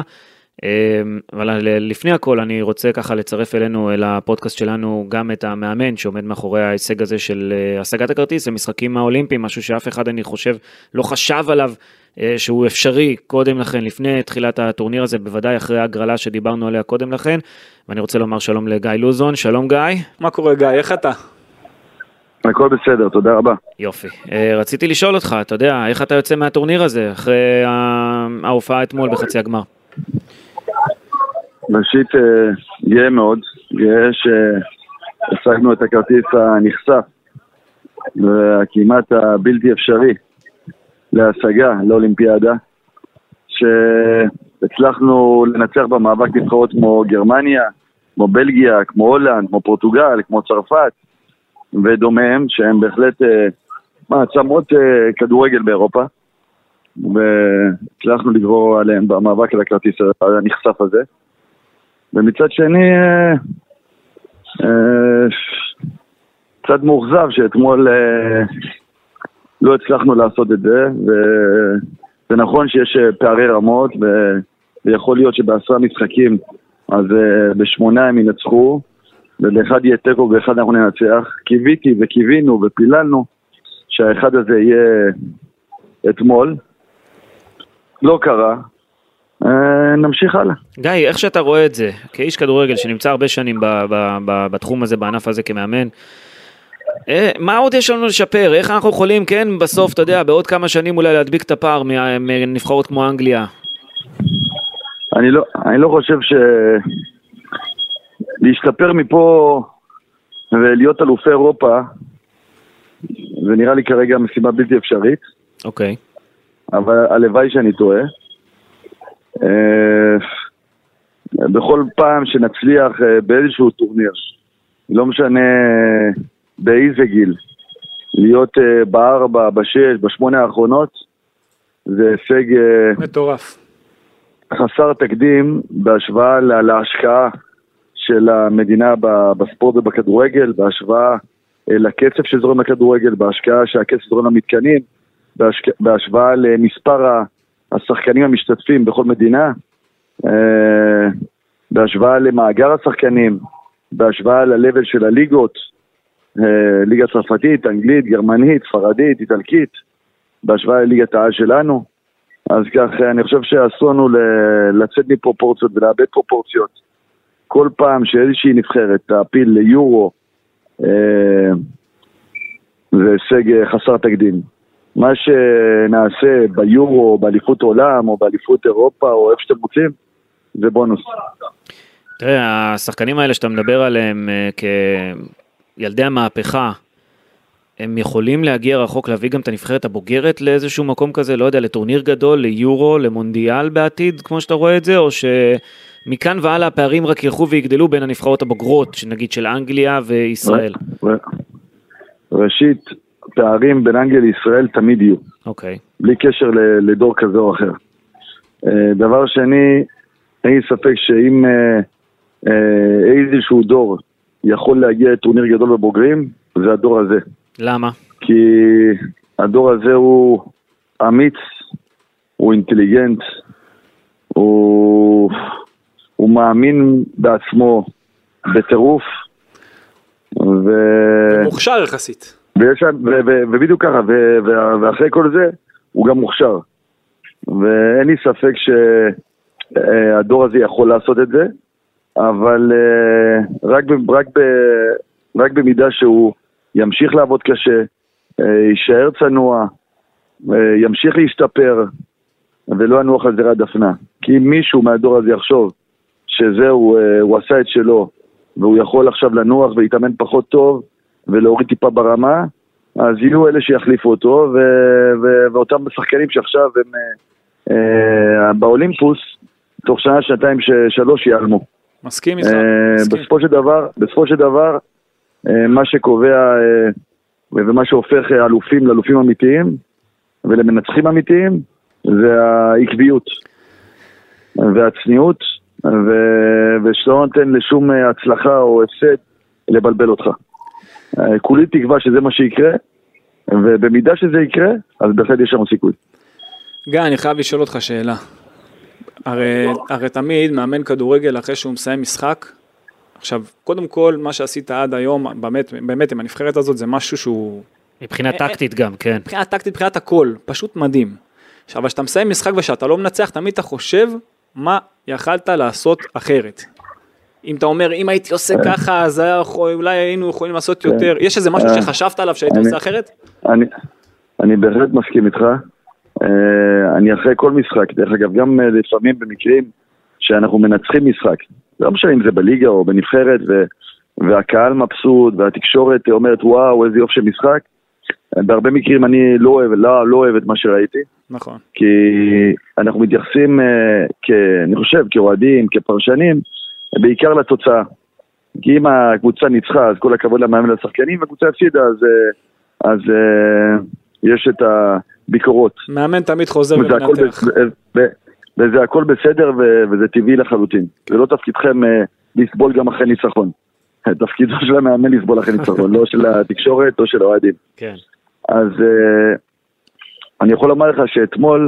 Speaker 2: אבל לפני הכל אני רוצה ככה לצרף אלינו, אל הפודקאסט שלנו, גם את המאמן שעומד מאחורי ההישג הזה של השגת הכרטיס למשחקים האולימפיים, משהו שאף אחד אני חושב לא חשב עליו, שהוא אפשרי קודם לכן, לפני תחילת הטורניר הזה, בוודאי אחרי הגרלה שדיברנו עליה קודם לכן, ואני רוצה לומר שלום לגיא לוזון. שלום גיא.
Speaker 3: מה קורה גיא, איך אתה?
Speaker 5: הכל בסדר, תודה רבה.
Speaker 2: יופי. רציתי לשאול אותך, אתה יודע, איך אתה יוצא מהטורניר הזה, אחרי ההופעה אתמול בחצי הגמר?
Speaker 5: ראשית, גאה מאוד, גאה שהשגנו את הכרטיס הנחשף, וכמעט הבלתי אפשרי להשגה לאולימפיאדה, שהצלחנו לנצח במאבק נבחרות כמו גרמניה, כמו בלגיה, כמו הולנד, כמו פורטוגל, כמו צרפת, ודומיהם, שהם בהחלט מעצמות כדורגל באירופה, והצלחנו לגבור עליהם במאבק על הכרטיס הנחשף הזה. ומצד שני, קצת מאוכזב שאתמול לא הצלחנו לעשות את זה, וזה נכון שיש פערי רמות, ויכול להיות שבעשרה משחקים, אז בשמונה הם ינצחו, ולאחד יהיה תיקו ואחד אנחנו ננצח. קיוויתי וקיווינו ופיללנו שהאחד הזה יהיה אתמול. לא קרה. נמשיך הלאה.
Speaker 2: גיא, איך שאתה רואה את זה, כאיש כדורגל שנמצא הרבה שנים בתחום הזה, בענף הזה כמאמן, מה עוד יש לנו לשפר? איך אנחנו יכולים, כן, בסוף, אתה יודע, בעוד כמה שנים אולי להדביק את הפער מנבחרות כמו אנגליה?
Speaker 5: אני לא, אני לא חושב ש... להשתפר מפה ולהיות אלופי אירופה, זה נראה לי כרגע משימה בלתי אפשרית.
Speaker 2: אוקיי.
Speaker 5: אבל הלוואי שאני טועה. בכל פעם שנצליח באיזשהו טורניר, לא משנה באיזה גיל, להיות בארבע, בשש, בשמונה האחרונות, זה הישג
Speaker 3: מטורף.
Speaker 5: חסר תקדים בהשוואה להשקעה של המדינה בספורט ובכדורגל, בהשוואה לכסף שזורם לכדורגל, בהשקעה שהכסף זורם למתקנים, בהשק... בהשוואה למספר השחקנים המשתתפים בכל מדינה, בהשוואה למאגר השחקנים, בהשוואה ללבל של הליגות, ליגה צרפתית, אנגלית, גרמנית, ספרדית, איטלקית, בהשוואה לליגת העל שלנו. אז כך אני חושב שעשו לנו לצאת מפרופורציות ולאבד פרופורציות. כל פעם שאיזושהי נבחרת תעפיל ליורו, זה הישג חסר תקדים. מה שנעשה ביורו, באליפות עולם או באליפות אירופה או איפה שאתם רוצים, זה בונוס.
Speaker 2: תראה, השחקנים האלה שאתה מדבר עליהם כילדי המהפכה, הם יכולים להגיע רחוק, להביא גם את הנבחרת הבוגרת לאיזשהו מקום כזה, לא יודע, לטורניר גדול, ליורו, למונדיאל בעתיד, כמו שאתה רואה את זה, או שמכאן והלאה הפערים רק ילכו ויגדלו בין הנבחרות הבוגרות, נגיד של אנגליה וישראל?
Speaker 5: ראשית, פערים בין אנגליה לישראל תמיד יהיו.
Speaker 2: אוקיי.
Speaker 5: בלי קשר לדור כזה או אחר. דבר שני, אין לי ספק שאם איזשהו דור יכול להגיע לטורניר גדול בבוגרים, זה הדור הזה.
Speaker 2: למה?
Speaker 5: כי הדור הזה הוא אמיץ, הוא אינטליגנט, הוא, הוא מאמין בעצמו בטירוף, ו...
Speaker 3: מוכשר יחסית.
Speaker 5: ויש, ו, ו, ובדיוק ככה, ו, ו, ואחרי כל זה, הוא גם מוכשר. ואין לי ספק שהדור הזה יכול לעשות את זה, אבל רק, ב, רק, ב, רק במידה שהוא ימשיך לעבוד קשה, יישאר צנוע, ימשיך להשתפר, ולא ינוח על זרי דפנה. כי אם מישהו מהדור הזה יחשוב שזהו, הוא עשה את שלו, והוא יכול עכשיו לנוח ולהתאמן פחות טוב, ולהוריד טיפה ברמה, אז יהיו אלה שיחליפו אותו, ו- ו- ואותם שחקנים שעכשיו הם אה, באולימפוס, תוך שנה, שנתיים, ש- שלוש יעלמו.
Speaker 3: מסכים איתך.
Speaker 5: אה,
Speaker 3: מסכים.
Speaker 5: בסופו של דבר, בסופו של דבר, אה, מה שקובע, אה, ומה שהופך אלופים לאלופים אמיתיים, ולמנצחים אמיתיים, זה העקביות, והצניעות, ו- ושלא נותן לשום הצלחה או הפסד לבלבל אותך. כולי תקווה שזה מה שיקרה, ובמידה שזה יקרה, אז בהחלט יש שם סיכוי.
Speaker 3: גיא, אני חייב לשאול אותך שאלה. הרי, הרי תמיד מאמן כדורגל אחרי שהוא מסיים משחק, עכשיו, קודם כל, מה שעשית עד היום, באמת, באמת עם הנבחרת הזאת, זה משהו שהוא...
Speaker 2: מבחינה טקטית גם, כן.
Speaker 3: מבחינה טקטית, מבחינת הכל, פשוט מדהים. עכשיו, אבל שאתה מסיים משחק ושאתה לא מנצח, תמיד אתה חושב מה יכלת לעשות אחרת. אם אתה אומר, אם הייתי עושה ככה, אז אולי היינו יכולים לעשות יותר. יש איזה משהו שחשבת עליו שהייתי עושה אחרת?
Speaker 5: אני בהחלט מסכים איתך. אני אחרי כל משחק, דרך אגב, גם לפעמים במקרים שאנחנו מנצחים משחק, לא משנה אם זה בליגה או בנבחרת, והקהל מבסוט, והתקשורת אומרת, וואו, איזה יופי של משחק. בהרבה מקרים אני לא אוהב, לא, לא אוהב את מה שראיתי.
Speaker 3: נכון.
Speaker 5: כי אנחנו מתייחסים, אני חושב, כאוהדים, כפרשנים, בעיקר לתוצאה. כי אם הקבוצה ניצחה, אז כל הכבוד למאמן לשחקנים, והקבוצה הפסידה, אז, אז יש את הביקורות.
Speaker 3: מאמן תמיד חוזר ומנתח.
Speaker 5: וזה הכל בסדר, וזה טבעי לחלוטין. זה לא תפקידכם לסבול גם אחרי ניצחון. תפקידו של המאמן לסבול אחרי ניצחון, לא של התקשורת או של האוהדים.
Speaker 2: כן. אז
Speaker 5: אני יכול לומר לך שאתמול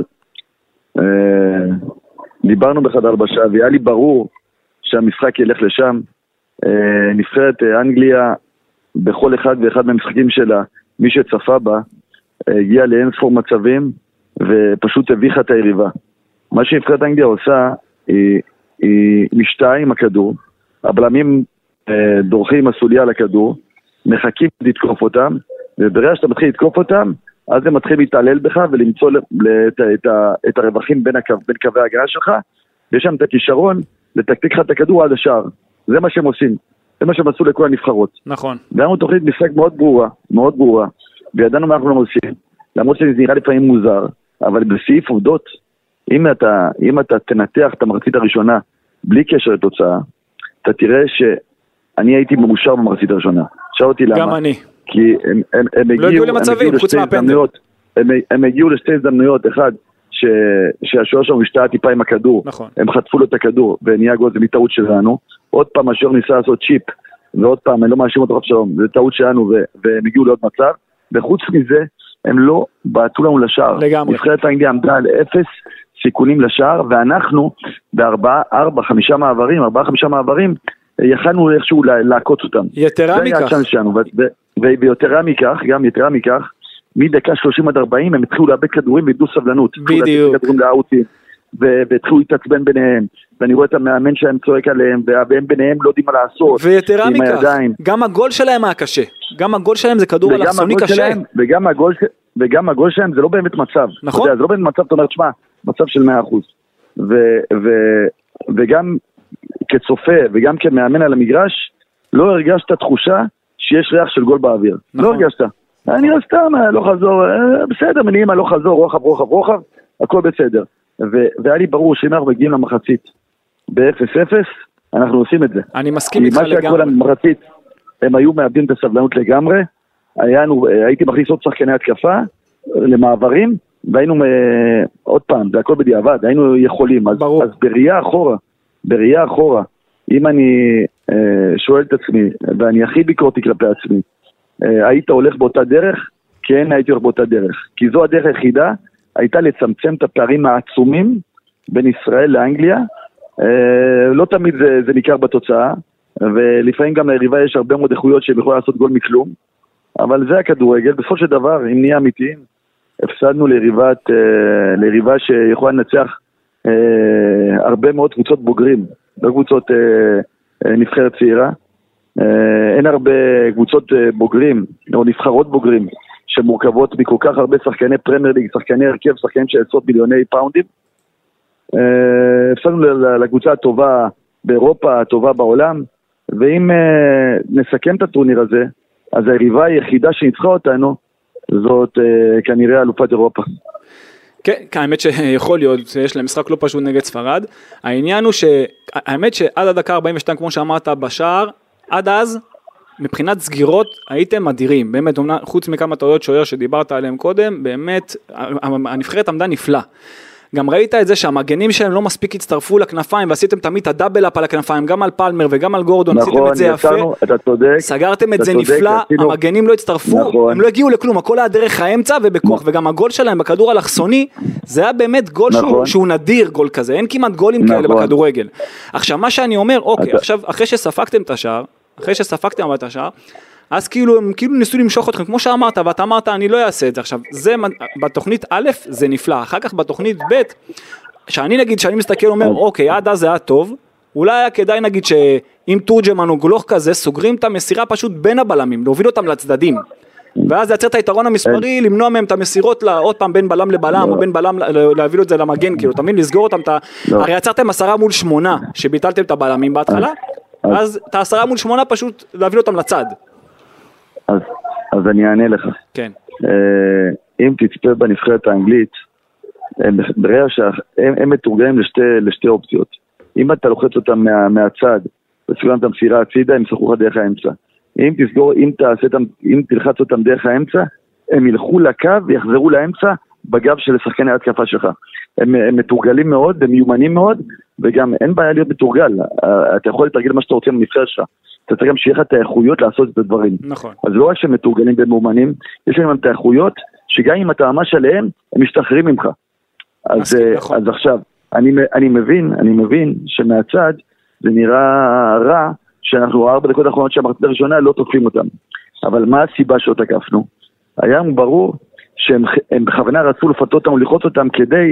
Speaker 5: דיברנו בחדר הלבשה, והיה לי ברור שהמשחק ילך לשם. נבחרת אנגליה, בכל אחד ואחד מהמשחקים שלה, מי שצפה בה, הגיע לאין ספור מצבים, ופשוט הביכה את היריבה. מה שנבחרת אנגליה עושה, היא, היא משתעה עם הכדור, הבלמים דורכים הסוליה על הכדור, מחכים לתקוף אותם, וברגע שאתה מתחיל לתקוף אותם, אז הם מתחילים להתעלל בך, ולמצוא את, את, את הרווחים בין, הקו, בין קווי ההגנה שלך, ויש שם את הכישרון, לתקתק לך את הכדור עד השאר. זה מה שהם עושים. זה מה שהם עשו לכל הנבחרות.
Speaker 3: נכון.
Speaker 5: ואנחנו תוכנית משחק מאוד ברורה, מאוד ברורה, וידענו מה אנחנו לא עושים. למרות שזה נראה לפעמים מוזר, אבל בסעיף עובדות, אם אתה, אם אתה תנתח את המחצית הראשונה, בלי קשר לתוצאה, אתה תראה שאני הייתי מאושר במחצית הראשונה. שאל אותי למה.
Speaker 3: גם אני.
Speaker 5: כי הם, הם, הם
Speaker 3: לא הגיעו למצבים, חוץ מהפנדל.
Speaker 5: הם, הם הגיעו לשתי הזדמנויות, אחד, ש, שהשוער שלנו השתעה טיפה עם הכדור,
Speaker 3: נכון.
Speaker 5: הם חטפו לו את הכדור, ונהיה גול, זה מטעות שלנו. עוד פעם השוער ניסה לעשות צ'יפ, ועוד פעם, אני לא מאשים אותו שלום, זה טעות שלנו, והם הגיעו לעוד מצב, וחוץ מזה, הם לא בעטו לנו לשער.
Speaker 3: לגמרי.
Speaker 5: נבחרת האנגליה עמדה על אפס סיכונים לשער, ואנחנו בארבעה, ארבע, חמישה מעברים, ארבעה, חמישה מעברים, יכלנו איכשהו לעקוץ אותם.
Speaker 3: יתרה מכך.
Speaker 5: ויתרה מכך, גם יתרה מכך, מדקה שלושים עד ארבעים, הם התחילו לאבד כדורים ואיבדו סבלנות.
Speaker 3: בדיוק.
Speaker 5: כדורים לאוטים, והתחילו להתעצבן ביניהם, ואני רואה את המאמן שלהם צועק עליהם, והם ביניהם לא יודעים מה לעשות.
Speaker 3: ויתרה מכך, גם הגול שלהם היה קשה. גם הגול שלהם זה כדור אלכסוני קשה.
Speaker 5: וגם הגול, וגם הגול שלהם זה לא באמת מצב.
Speaker 3: נכון.
Speaker 5: זה לא באמת מצב, זאת אומרת, שמה, מצב של מאה אחוז. וגם כצופה, וגם כמאמן על המגרש, לא הרגשת תחושה שיש ריח של גול באוויר. לא הרגשת. אני לא סתם, לא חזור, בסדר, מניעים, לא חזור, רוחב, רוחב, רוחב, הכל בסדר. והיה לי ברור שאם אנחנו מגיעים למחצית ב-אפס אפס, אנחנו עושים את זה.
Speaker 3: אני מסכים איתך לגמרי.
Speaker 5: מה שהכל למחצית, הם היו מאבדים את הסבלנות לגמרי, הייתי מכניס עוד שחקני התקפה למעברים, והיינו, עוד פעם, זה הכל בדיעבד, היינו יכולים. אז, אז בראייה אחורה, בראייה אחורה, אם אני שואל את עצמי, ואני הכי ביקורתי כלפי עצמי, היית הולך באותה דרך? כן, הייתי הולך באותה דרך. כי זו הדרך היחידה, הייתה לצמצם את הפערים העצומים בין ישראל לאנגליה. לא תמיד זה, זה ניכר בתוצאה, ולפעמים גם ליריבה יש הרבה מאוד איכויות שהם יכולים לעשות גול מכלום, אבל זה הכדורגל. בסופו של דבר, אם נהיה אמיתיים, הפסדנו ליריבת, ליריבה שיכולה לנצח הרבה מאוד קבוצות בוגרים, לא קבוצות נבחרת צעירה. אין הרבה קבוצות בוגרים, או נבחרות בוגרים, שמורכבות מכל כך הרבה שחקני פרמייר ליג, שחקני הרכב, שחקנים של עשרות מיליוני פאונדים. הפסדנו לקבוצה הטובה באירופה, הטובה בעולם, ואם נסכם את הטורניר הזה, אז היריבה היחידה שניצחה אותנו, זאת כנראה אלופת אירופה.
Speaker 3: כן, האמת שיכול להיות, יש להם משחק לא פשוט נגד ספרד. העניין הוא שהאמת שעד הדקה ארבעים ושתיים, כמו שאמרת, בשער, עד אז, מבחינת סגירות, הייתם אדירים. באמת, חוץ מכמה טעויות שוער שדיברת עליהם קודם, באמת, הנבחרת עמדה נפלא. גם ראית את זה שהמגנים שלהם לא מספיק הצטרפו לכנפיים, ועשיתם תמיד את הדאבל-אפ על הכנפיים, גם על פלמר וגם על גורדון,
Speaker 5: נכון,
Speaker 3: עשיתם את זה
Speaker 5: יצרנו,
Speaker 3: יפה,
Speaker 5: אתה צודק,
Speaker 3: סגרתם את
Speaker 5: אתה
Speaker 3: זה
Speaker 5: צודק,
Speaker 3: נפלא,
Speaker 5: עשינו,
Speaker 3: המגנים לא הצטרפו,
Speaker 5: נכון. הם
Speaker 3: לא הגיעו לכלום, הכל היה דרך האמצע ובכוח, וגם הגול שלהם בכדור אלכסוני, זה היה באמת גול נכון. שהוא, שהוא נדיר גול כזה, אין כמעט גולים נכון. כאלה בכדורגל. עכשיו מה שאני אומר, אוקיי, אתה... עכשיו אחרי שספקתם את השער, אחרי שספקתם את השער, אז כאילו הם כאילו ניסו למשוך אתכם, כמו שאמרת, ואתה אמרת אני לא אעשה את זה. עכשיו, זה בתוכנית א' זה נפלא, אחר כך בתוכנית ב', שאני נגיד, שאני מסתכל אומר, אוקיי, עד אז זה היה טוב, אולי היה כדאי נגיד שאם תורג'מן או גלוך כזה, סוגרים את המסירה פשוט בין הבלמים, להוביל אותם לצדדים, ואז לייצר את היתרון המספרי, למנוע מהם את המסירות עוד פעם בין בלם לבלם, או בין בלם להביא את זה למגן, כאילו, תמיד לסגור אותם, הרי יצרתם עשרה מול שמונה, שביטלתם את הבלמים בהתחלה, אז את העשרה מול שמונה פשוט להביא אותם לצד.
Speaker 5: אז, אז אני אענה לך.
Speaker 3: כן.
Speaker 5: אם תצפה בנבחרת האנגלית, הם, ברגע שהם הם מתורגלים לשתי, לשתי אופציות. אם אתה לוחץ אותם מה, מהצד, וסגרם את המסירה הצידה, הם ישחקו לך דרך האמצע. אם תסגור, אם תעשה, אם תלחץ אותם דרך האמצע, הם ילכו לקו ויחזרו לאמצע בגב של שחקני ההתקפה שלך. הם, הם מתורגלים מאוד, הם מיומנים מאוד, וגם אין בעיה להיות מתורגל. אתה יכול לתרגל מה שאתה רוצה בנבחרת שלך. אתה צריך גם שיהיה לך את האיכויות לעשות את הדברים.
Speaker 3: נכון.
Speaker 5: אז לא רק שהם מתורגלים ומאומנים, יש להם את האיכויות, שגם אם אתה ממש עליהם, הם משתחררים ממך. אז,
Speaker 3: מסכים, נכון.
Speaker 5: אז עכשיו, אני, אני מבין, אני מבין שמהצד זה נראה רע, שאנחנו ארבע דקות האחרונות שהמחצית הראשונה לא תוקפים אותם. אבל מה הסיבה שלא תקפנו? היה ברור שהם בכוונה רצו לפתות אותם ולחוץ אותם כדי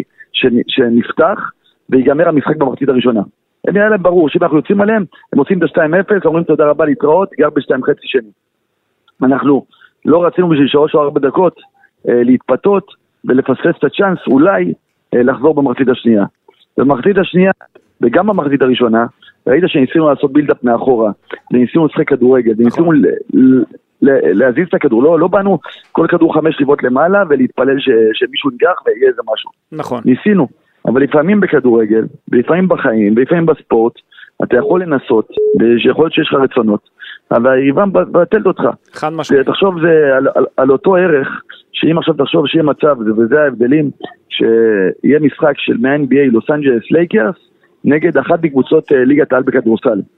Speaker 5: שנפתח ויגמר המשחק במחצית הראשונה. הם היה להם ברור שאם אנחנו יוצאים עליהם, הם עושים את ה-שתיים אפס, אומרים תודה רבה להתראות, גר ב-שתיים חצי שני. אנחנו לא רצינו בשביל שלוש או ארבע דקות אה, להתפתות ולפספס את הצ'אנס אולי אה, לחזור במחצית השנייה. במחצית השנייה, וגם במחצית הראשונה, ראית שניסינו לעשות בילדאפ מאחורה, וניסינו לשחק כדורגל, וניסינו ל- ל- ל- להזיז את הכדור, לא, לא באנו כל כדור חמש ליבות למעלה ולהתפלל ש- שמישהו נגח ויהיה איזה משהו.
Speaker 3: נכון.
Speaker 5: ניסינו. אבל לפעמים בכדורגל, ולפעמים בחיים, ולפעמים בספורט, אתה יכול לנסות, ויכול להיות שיש לך רצונות, אבל היריבה מבטלת אותך.
Speaker 3: חד משמעית.
Speaker 5: תחשוב זה על, על, על אותו ערך, שאם עכשיו תחשוב שיהיה מצב, וזה ההבדלים, שיהיה משחק של מה-אן בי איי לוס אנג'לס לייקרס, נגד אחת מקבוצות ליגת העל בכדורסל.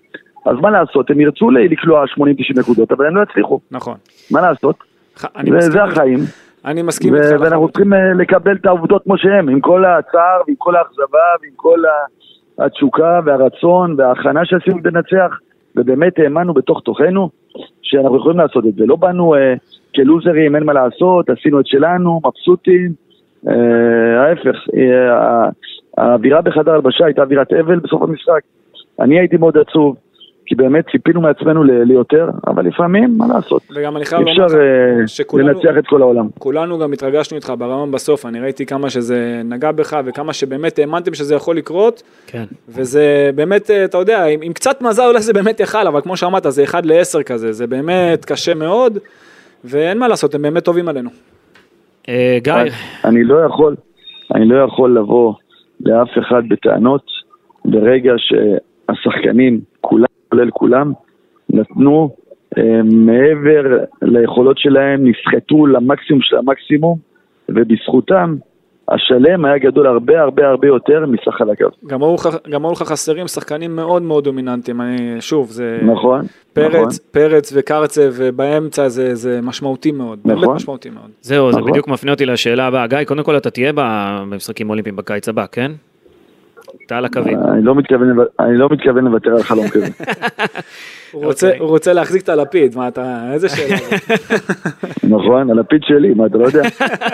Speaker 5: אז מה לעשות? הם ירצו לקלוע שמונים תשעים נקודות, אבל הם לא יצליחו.
Speaker 3: נכון.
Speaker 5: מה לעשות? זה החיים.
Speaker 3: אני מסכים איתך.
Speaker 5: ואנחנו צריכים לקבל את העובדות כמו שהם, עם כל הצער, ועם כל האכזבה, ועם כל התשוקה והרצון וההכנה שעשינו לנצח, ובאמת האמנו בתוך תוכנו שאנחנו יכולים לעשות את זה. לא באנו כלוזרים, אין מה לעשות, עשינו את שלנו, מבסוטים. ההפך, האווירה בחדר הלבשה הייתה אווירת אבל בסוף המשחק. אני הייתי מאוד עצוב, כי באמת ציפינו מעצמנו ליותר, אבל לפעמים, מה לעשות?
Speaker 3: וגם אני חייב
Speaker 5: אפשר לנצח את כל העולם.
Speaker 3: כולנו גם התרגשנו איתך ברמה בסוף, אני ראיתי כמה שזה נגע בך, וכמה שבאמת האמנתם שזה יכול לקרות,
Speaker 2: כן.
Speaker 3: וזה באמת, אתה יודע, עם, עם קצת מזל אולי זה באמת יכל, אבל כמו שאמרת, זה אחד לעשר כזה, זה באמת קשה מאוד, ואין מה לעשות, הם באמת טובים עלינו.
Speaker 2: גיא.
Speaker 5: אני לא יכול, אני לא יכול לבוא לאף אחד בטענות, ברגע שהשחקנים, כולם, כולל כולם, נתנו אה, מעבר ליכולות שלהם, נסחטו למקסימום של המקסימום, ובזכותם השלם היה גדול הרבה הרבה הרבה יותר מסך חלקיו.
Speaker 3: גם אמרו לך חסרים שחקנים מאוד מאוד דומיננטיים, אני, שוב, זה...
Speaker 5: נכון,
Speaker 3: פרץ,
Speaker 5: נכון.
Speaker 3: פרץ וקרצב, ובאמצע זה, זה משמעותי מאוד,
Speaker 5: נכון.
Speaker 3: באמת משמעותי מאוד.
Speaker 2: זהו,
Speaker 5: נכון.
Speaker 2: זה בדיוק מפנה אותי לשאלה הבאה. גיא, קודם כל אתה תהיה במשחקים אולימפיים בקיץ הבא, כן? אתה על הקווים.
Speaker 5: אני לא מתכוון, אני לא מתכוון לוותר על חלום כזה.
Speaker 3: הוא רוצה, הוא רוצה להחזיק את הלפיד, מה אתה, איזה שאלה?
Speaker 5: נכון, הלפיד שלי, מה אתה לא יודע?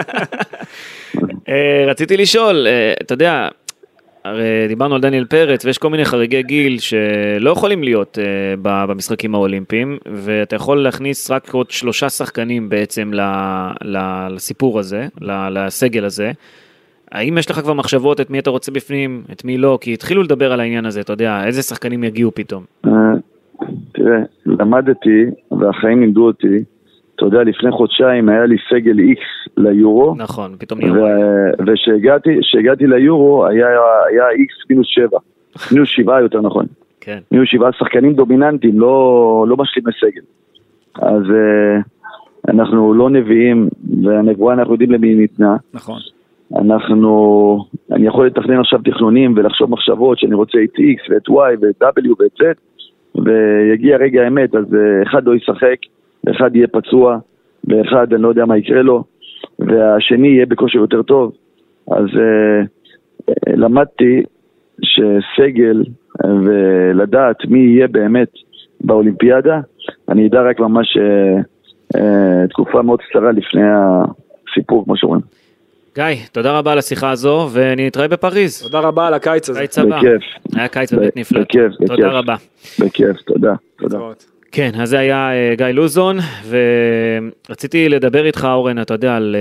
Speaker 2: רציתי לשאול, אתה יודע, הרי דיברנו על דניאל פרץ, ויש כל מיני חריגי גיל שלא יכולים להיות במשחקים האולימפיים, ואתה יכול להכניס רק עוד שלושה שחקנים בעצם לסיפור הזה, לסגל הזה. האם יש לך כבר מחשבות את מי אתה רוצה בפנים, את מי לא? כי התחילו לדבר על העניין הזה, אתה יודע, איזה שחקנים יגיעו פתאום?
Speaker 5: תראה, למדתי, והחיים לימדו אותי, אתה יודע, לפני חודשיים היה לי סגל X ליורו.
Speaker 2: נכון, פתאום נהיה.
Speaker 5: ושהגעתי ליורו היה X מינוס שבע, מינוס שבעה יותר נכון.
Speaker 2: כן.
Speaker 5: מינוס שבעה שחקנים דומיננטיים, לא משלים לסגל. אז אנחנו לא נביאים, והנבואה אנחנו יודעים למי ניתנה.
Speaker 3: נכון.
Speaker 5: אנחנו, אני יכול לתכנן עכשיו תכנונים ולחשוב מחשבות שאני רוצה את X ואת Y ואת W ואת Z, ויגיע רגע האמת, אז אחד לא ישחק, אחד יהיה פצוע, ואחד אני לא יודע מה יקרה לו, והשני יהיה בכושר יותר טוב. אז uh, למדתי שסגל ולדעת מי יהיה באמת באולימפיאדה, אני אדע רק ממש uh, uh, תקופה מאוד קצרה לפני הסיפור, כמו שאומרים.
Speaker 2: גיא, תודה רבה על השיחה הזו, ונתראה בפריז.
Speaker 3: תודה רבה על הקיץ הזה.
Speaker 2: קיץ הבא.
Speaker 5: בכיף.
Speaker 2: היה קיץ באמת נפלא.
Speaker 5: בכיף, בכיף.
Speaker 2: תודה רבה.
Speaker 5: בכיף, תודה. תודה.
Speaker 2: כן, אז זה היה גיא לוזון, ורציתי לדבר איתך, אורן, אתה יודע, על,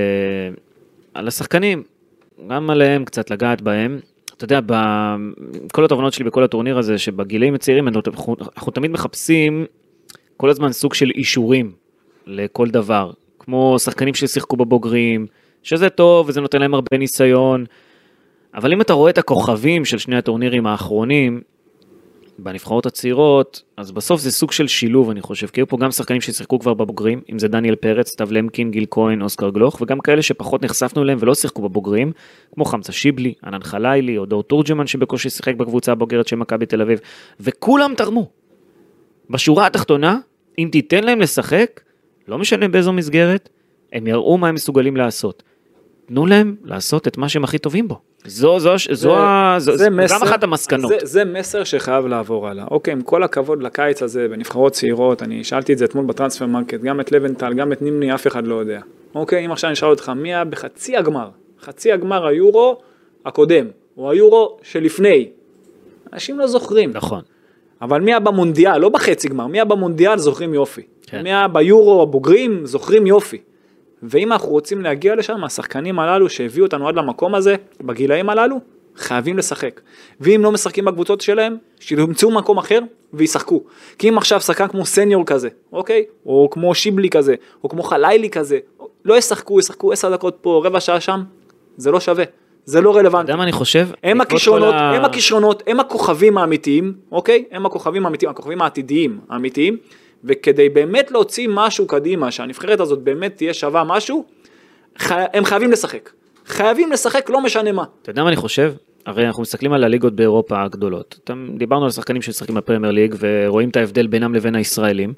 Speaker 2: על השחקנים, גם עליהם קצת לגעת בהם. אתה יודע, בכל התובנות שלי בכל הטורניר הזה, שבגילאים הצעירים, אנחנו, אנחנו תמיד מחפשים כל הזמן סוג של אישורים לכל דבר, כמו שחקנים ששיחקו בבוגרים, שזה טוב וזה נותן להם הרבה ניסיון, אבל אם אתה רואה את הכוכבים של שני הטורנירים האחרונים, בנבחרות הצעירות, אז בסוף זה סוג של שילוב, אני חושב, כי היו פה גם שחקנים ששיחקו כבר בבוגרים, אם זה דניאל פרץ, סתיו למקין, גיל כהן, אוסקר גלוך, וגם כאלה שפחות נחשפנו אליהם ולא שיחקו בבוגרים, כמו חמצה שיבלי, ענן חלילי, או דור תורג'מן שבקושי שיחק בקבוצה הבוגרת של מכבי תל אביב, וכולם תרמו. בשורה התחתונה, אם תיתן להם לשחק, לא משנה באיזו מסגרת, הם יראו מה הם מסוגלים לעשות. תנו להם לעשות את מה שהם הכי טובים בו. זו, זו, זו, זו, זו, זו מסר, גם אחת המסקנות.
Speaker 3: זה, זה מסר שחייב לעבור עליו. אוקיי, עם כל הכבוד לקיץ הזה, בנבחרות צעירות, אני שאלתי את זה אתמול בטרנספר מרקט, גם את לבנטל, גם את נימני, אף אחד לא יודע. אוקיי, אם עכשיו אני אשאל אותך, מי היה בחצי הגמר? חצי הגמר היורו הקודם, או היורו שלפני. אנשים לא זוכרים.
Speaker 2: נכון.
Speaker 3: אבל מי היה במונדיאל, לא בחצי גמר, מי היה במונדיאל זוכרים יופי.
Speaker 2: כן.
Speaker 3: מי היה ביורו הבוגרים זוכרים יופי. ואם אנחנו רוצים להגיע לשם, השחקנים הללו שהביאו אותנו עד למקום הזה, בגילאים הללו, חייבים לשחק. ואם לא משחקים בקבוצות שלהם, שימצאו מקום אחר וישחקו. כי אם עכשיו שחקן כמו סניור כזה, אוקיי? או כמו שיבלי כזה, או כמו חלילי כזה, לא ישחקו, ישחקו עשר דקות פה, רבע שעה שם, זה לא שווה. זה לא רלוונטי.
Speaker 2: אתה יודע מה אני חושב?
Speaker 3: הם הכישרונות, ה... הם הכישרונות, הם הכוכבים האמיתיים, אוקיי? הם הכוכבים האמיתיים, הכוכבים העתידיים האמיתיים. וכדי באמת להוציא משהו קדימה, שהנבחרת הזאת באמת תהיה שווה משהו, הם חייבים לשחק. חייבים לשחק, לא משנה מה.
Speaker 2: אתה יודע מה אני חושב? הרי אנחנו מסתכלים על הליגות באירופה הגדולות. דיברנו על שחקנים שמשחקים בפרמייר ליג, ורואים את ההבדל בינם לבין הישראלים.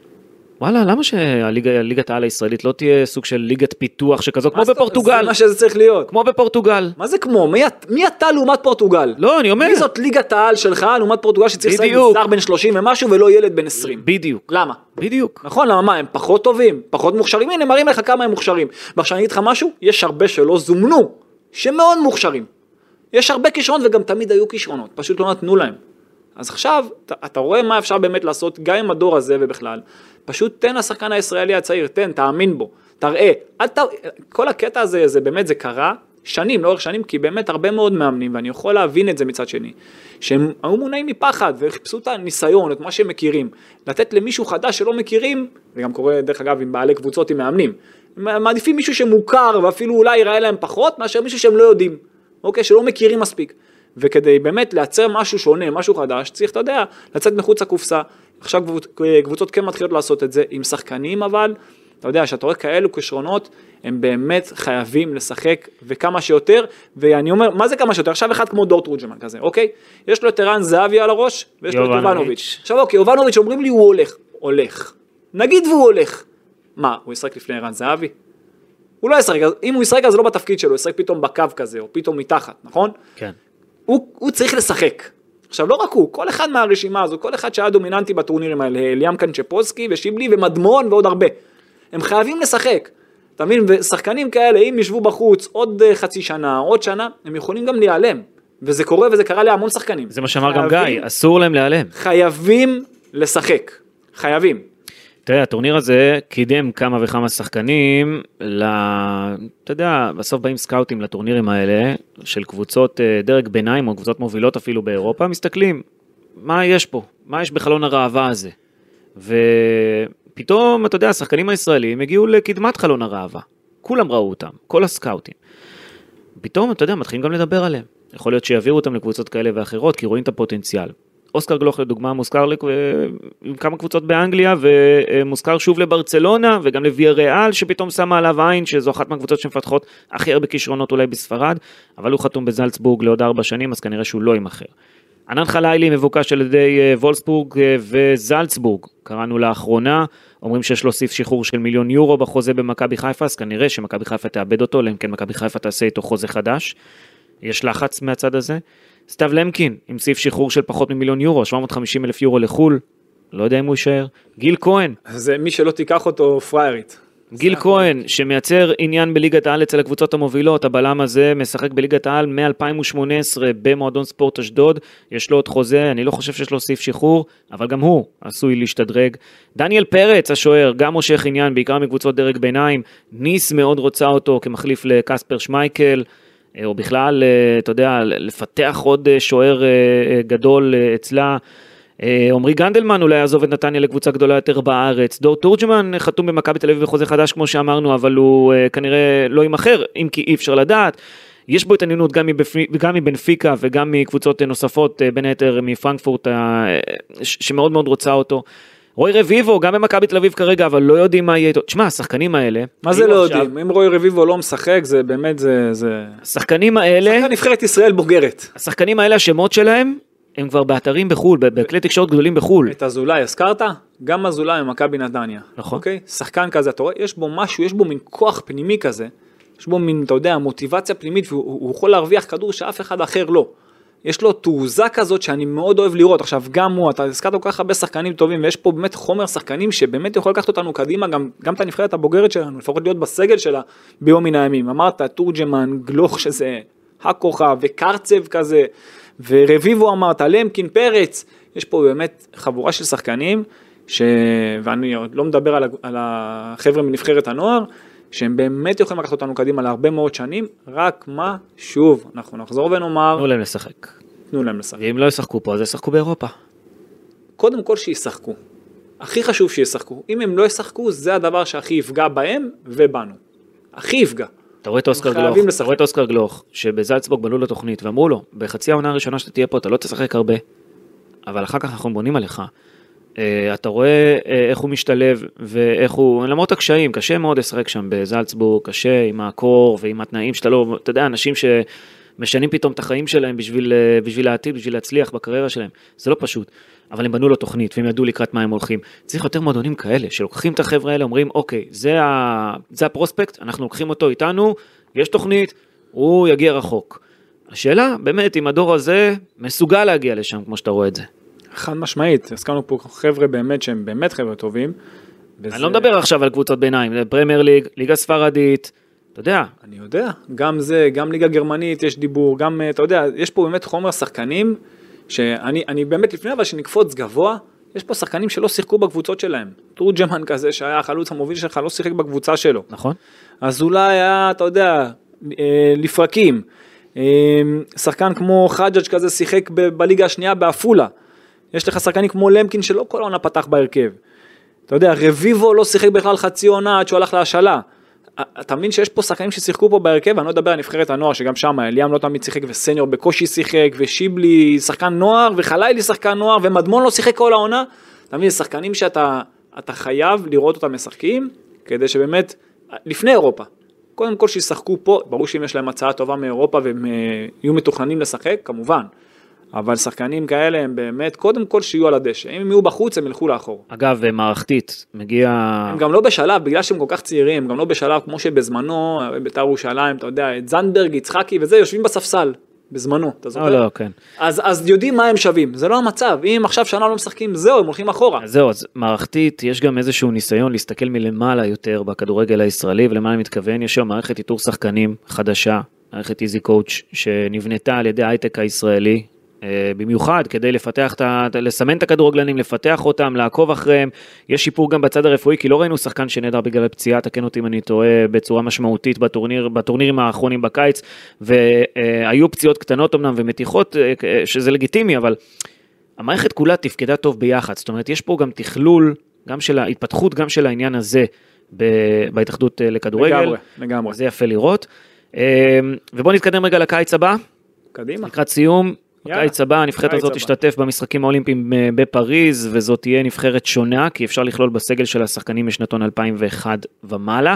Speaker 2: וואלה, למה שהליגת העל הישראלית לא תהיה סוג של ליגת פיתוח שכזו, כמו בפורטוגל?
Speaker 3: זה מה שזה צריך להיות.
Speaker 2: כמו בפורטוגל.
Speaker 3: מה זה כמו? מי, מי אתה לעומת פורטוגל?
Speaker 2: לא, אני אומר.
Speaker 3: מי זאת ליגת העל שלך לעומת פורטוגל שצריך לשחק מסדר בן שלושים ומשהו ולא ילד בן עשרים?
Speaker 2: בדיוק.
Speaker 3: למה?
Speaker 2: בדיוק.
Speaker 3: נכון, למה מה? הם פחות טובים, פחות מוכשרים? הנה, מראים לך כמה הם מוכשרים. ועכשיו אני אגיד לך משהו, יש הרבה שלא זומנו, שמאוד מוכשרים. יש הרבה כישרונות וגם תמיד היו כישרונות, פשוט לא נתנו להם. אז עכשיו, אתה, אתה רואה מה אפשר באמת לעשות, גם עם הדור הזה ובכלל, פשוט תן לשחקן הישראלי הצעיר, תן, תאמין בו, תראה, אל ת... כל הקטע הזה, זה באמת, זה קרה שנים, לאורך שנים, כי באמת הרבה מאוד מאמנים, ואני יכול להבין את זה מצד שני, שהם היו מונעים מפחד, וחיפשו את הניסיון, את מה שהם מכירים, לתת למישהו חדש שלא מכירים, זה גם קורה דרך אגב עם בעלי קבוצות, עם מאמנים, מעדיפים מישהו שמוכר, ואפילו אולי יראה להם פחות, מאשר מישהו שהם לא יודעים, אוקיי, שלא מכירים מספיק. וכדי באמת לייצר משהו שונה, משהו חדש, צריך, אתה יודע, לצאת מחוץ לקופסה. עכשיו קבוצות כן מתחילות לעשות את זה עם שחקנים, אבל אתה יודע, שאתה רואה כאלו כישרונות, הם באמת חייבים לשחק וכמה שיותר, ואני אומר, מה זה כמה שיותר? עכשיו אחד כמו דור תורג'מן כזה, אוקיי? יש לו את ערן זהבי על הראש, ויש לו את יובנוביץ'. עכשיו אוקיי, יובנוביץ' אומרים לי הוא הולך, הולך. נגיד והוא הולך. מה, הוא ישחק לפני ערן זהבי? הוא לא ישחק, אם הוא ישחק אז לא בתפקיד שלו, הוא ישחק פתאום בקו כזה, או פתאום מתחת, נכון?
Speaker 2: כן.
Speaker 3: הוא, הוא צריך לשחק. עכשיו, לא רק הוא, כל אחד מהרשימה הזו, כל אחד שהיה דומיננטי בטורנירים האלה, ליאם קנצ'פוסקי ושיבלי ומדמון ועוד הרבה. הם חייבים לשחק. אתה מבין? ושחקנים כאלה, אם ישבו בחוץ עוד חצי שנה, עוד שנה, הם יכולים גם להיעלם. וזה קורה וזה קרה להמון שחקנים.
Speaker 2: זה מה שאמר גם גיא, אסור להם להיעלם.
Speaker 3: חייבים לשחק. חייבים.
Speaker 2: תראה, הטורניר הזה קידם כמה וכמה שחקנים, ל... אתה יודע, בסוף באים סקאוטים לטורנירים האלה, של קבוצות דרג ביניים, או קבוצות מובילות אפילו באירופה, מסתכלים, מה יש פה? מה יש בחלון הראווה הזה? ופתאום, אתה יודע, השחקנים הישראלים הגיעו לקדמת חלון הראווה. כולם ראו אותם, כל הסקאוטים. פתאום, אתה יודע, מתחילים גם לדבר עליהם. יכול להיות שיעבירו אותם לקבוצות כאלה ואחרות, כי רואים את הפוטנציאל. אוסקר גלוך לדוגמה מוזכר עם כמה קבוצות באנגליה, ומוזכר שוב לברצלונה, וגם לוויאריאל, שפתאום שמה עליו עין, שזו אחת מהקבוצות שמפתחות הכי הרבה כישרונות אולי בספרד, אבל הוא חתום בזלצבורג לעוד ארבע שנים, אז כנראה שהוא לא ימחר. ענן חלילי מבוקש על ידי וולסבורג וזלצבורג, קראנו לאחרונה, אומרים שיש לו סעיף שחרור של מיליון יורו בחוזה במכבי חיפה, אז כנראה שמכבי חיפה תאבד אותו, אלא אם כן מכבי חיפה תעשה איתו חוזה חדש. יש לחץ מהצד הזה. סטאב למקין, עם סעיף שחרור של פחות ממיליון יורו, שבע מאות וחמישים אלף יורו לחול, לא יודע אם הוא יישאר. גיל כהן.
Speaker 3: זה מי שלא תיקח אותו פריירית.
Speaker 2: גיל כהן, שמייצר עניין בליגת העל אצל הקבוצות המובילות, הבלם הזה משחק בליגת העל מ-אלפיים שמונה עשרה במועדון ספורט אשדוד, יש לו עוד חוזה, אני לא חושב שיש לו סעיף שחרור, אבל גם הוא עשוי להשתדרג. דניאל פרץ, השוער, גם מושך עניין, בעיקר מקבוצות דרג ביניים, ניס מאוד רוצה אותו כמחליף לקספר שמייקל, או בכלל, אתה יודע, לפתח עוד שוער גדול אצלה. עומרי גנדלמן אולי יעזוב את נתניה לקבוצה גדולה יותר בארץ. דור תורג'מן חתום במכבי תל אביב בחוזה חדש כמו שאמרנו, אבל הוא כנראה לא ימחר, אם כי אי אפשר לדעת. יש בו התעניינות גם, גם מבנפיקה וגם מקבוצות נוספות, בין היתר מפרנקפורט, שמאוד מאוד רוצה אותו. רוי רביבו, גם במכבי תל אביב כרגע, אבל לא יודעים מה יהיה איתו. תשמע, השחקנים האלה...
Speaker 3: מה זה לא יודעים? אם רוי רביבו לא משחק, זה באמת, זה...
Speaker 2: השחקנים האלה...
Speaker 3: שחקן נבחרת ישראל בוגרת.
Speaker 2: השחקנים האלה, השמות שלהם, הם כבר באתרים בחול, בכלי תקשורת גדולים בחול.
Speaker 3: את אזולאי, הזכרת? גם אזולאי ממכבי נתניה.
Speaker 2: נכון.
Speaker 3: אוקיי? שחקן כזה, אתה רואה? יש בו משהו, יש בו מין כוח פנימי כזה, יש בו מין, אתה יודע, מוטיבציה פנימית, והוא יכול להרוויח כדור שאף אחד אחר לא. יש לו תעוזה כזאת שאני מאוד אוהב לראות. עכשיו גם הוא, אתה הזכרת כל כך הרבה שחקנים טובים, ויש פה באמת חומר שחקנים שבאמת יכול לקחת אותנו קדימה, גם, גם את הנבחרת הבוגרת שלנו, לפחות להיות בסגל שלה ביום מן הימים. אמרת, תורג'מן, גלוך שזה הכוכב, וקרצב כזה, ורביבו אמרת, למקין, פרץ, יש פה באמת חבורה של שחקנים, ש... ואני עוד לא מדבר על, על החבר'ה מנבחרת הנוער, שהם באמת יכולים לקחת אותנו קדימה להרבה מאוד שנים, רק מה, שוב, אנחנו נחזור ונאמר...
Speaker 2: תנו להם לשחק.
Speaker 3: תנו להם לשחק.
Speaker 2: ואם לא ישחקו פה, אז ישחקו באירופה.
Speaker 3: קודם כל שישחקו. הכי חשוב שישחקו. אם הם לא ישחקו, זה הדבר שהכי יפגע בהם ובנו. הכי יפגע.
Speaker 2: אתה רואה את אוסקר גלוך, אתה רואה את אוסקר גלוך, שבזלצבורג בנו לתוכנית, ואמרו לו, בחצי העונה הראשונה שאתה תהיה פה, אתה לא תשחק הרבה, אבל אחר כך אנחנו בונים עליך. אתה רואה איך הוא משתלב, ואיך הוא, למרות הקשיים, קשה מאוד לשחק שם בזלצבורג, קשה עם הקור, ועם התנאים שאתה לא, אתה יודע, אנשים משנים פתאום את החיים שלהם בשביל, בשביל העתיד, בשביל להצליח בקריירה שלהם. זה לא פשוט, אבל הם בנו לו תוכנית, והם ידעו לקראת מה הם הולכים. צריך יותר מועדונים כאלה, שלוקחים את החבר'ה האלה, אומרים, אוקיי, זה, ה... זה הפרוספקט, אנחנו לוקחים אותו איתנו, יש תוכנית, הוא יגיע רחוק. השאלה, באמת, אם הדור הזה מסוגל להגיע לשם, כמו שאתה רואה את זה.
Speaker 3: חד משמעית, הזכרנו פה חבר'ה באמת שהם באמת חבר'ה טובים. וזה...
Speaker 2: אני לא מדבר עכשיו על קבוצות ביניים, פרמייר ליג, ליגה ספרדית, אתה יודע.
Speaker 3: אני יודע, גם זה, גם ליגה גרמנית יש דיבור, גם, אתה יודע, יש פה באמת חומר שחקנים, שאני אני באמת לפני אבל שנקפוץ גבוה, יש פה שחקנים שלא שיחקו בקבוצות שלהם. תורג'מן כזה שהיה החלוץ המוביל שלך, לא שיחק בקבוצה שלו.
Speaker 2: נכון.
Speaker 3: אז אולי היה, אתה יודע, לפרקים. שחקן כמו חג'אג' כזה שיחק ב- בליגה השנייה באפולה. יש לך שחקנים כמו למקין שלא כל העונה פתח בהרכב. אתה יודע, רביבו לא שיחק בכלל חצי עונה עד שהוא הלך להשאלה. אתה מבין שיש פה שחקנים ששיחקו פה בהרכב, אני לא אדבר על נבחרת הנוער, שגם שם אליאם לא תמיד שיחק, וסניור בקושי שיחק, ושיבלי שחקן נוער, וחלילי שחקן נוער, ומדמון לא שיחק כל העונה. אתה מבין, שחקנים שאתה אתה חייב לראות אותם משחקים, כדי שבאמת, לפני אירופה, קודם כל שישחקו פה, ברור שאם יש להם הצעה טובה מאירופה, והם יהיו מתוכננים לשחק, כמובן. אבל שחקנים כאלה הם באמת, קודם כל שיהיו על הדשא. אם הם יהיו בחוץ, הם ילכו לאחור.
Speaker 2: אגב, מערכתית, מגיע...
Speaker 3: הם גם לא בשלב, בגלל שהם כל כך צעירים, הם גם לא בשלב, כמו שבזמנו, בית"ר ירושלים, אתה יודע, את זנדברג, יצחקי וזה, יושבים בספסל, בזמנו, אתה זוכר?
Speaker 2: לא, לא, כן.
Speaker 3: אז, אז יודעים מה הם שווים, זה לא המצב. אם עכשיו שנה לא משחקים, זהו, הם הולכים אחורה.
Speaker 2: זהו, אז מערכתית, יש גם איזשהו ניסיון להסתכל מלמעלה יותר בכדורגל הישראלי, ולמה אני מתכוון, יש שם מערכת איתור שחקנים חדשה, מערכת איזי קואוץ' שנבנתה על ידי ההייטק הישראלי, במיוחד כדי לפתח, לסמן את הכדורגלנים, לפתח אותם, לעקוב אחריהם. יש שיפור גם בצד הרפואי, כי לא ראינו שחקן שנהדר בגלל הפציעה, תקן אותי אם אני טועה, בצורה משמעותית בטורניר, בטורנירים האחרונים בקיץ, והיו פציעות קטנות אמנם ומתיחות, שזה לגיטימי, אבל המערכת כולה תפקדה טוב ביחד. זאת אומרת, יש פה גם תכלול, גם של ההתפתחות, גם של העניין הזה בהתאחדות לכדורגל.
Speaker 3: לגמרי, לגמרי.
Speaker 2: זה יפה לראות. ובואו נתקדם רגע לקיץ הבא.
Speaker 3: קדימה.
Speaker 2: לקראת סיום. בקיץ הבא, הנבחרת הזאת תשתתף במשחקים האולימפיים בפריז, וזאת תהיה נבחרת שונה, כי אפשר לכלול בסגל של השחקנים משנתון אלפיים ואחת ומעלה.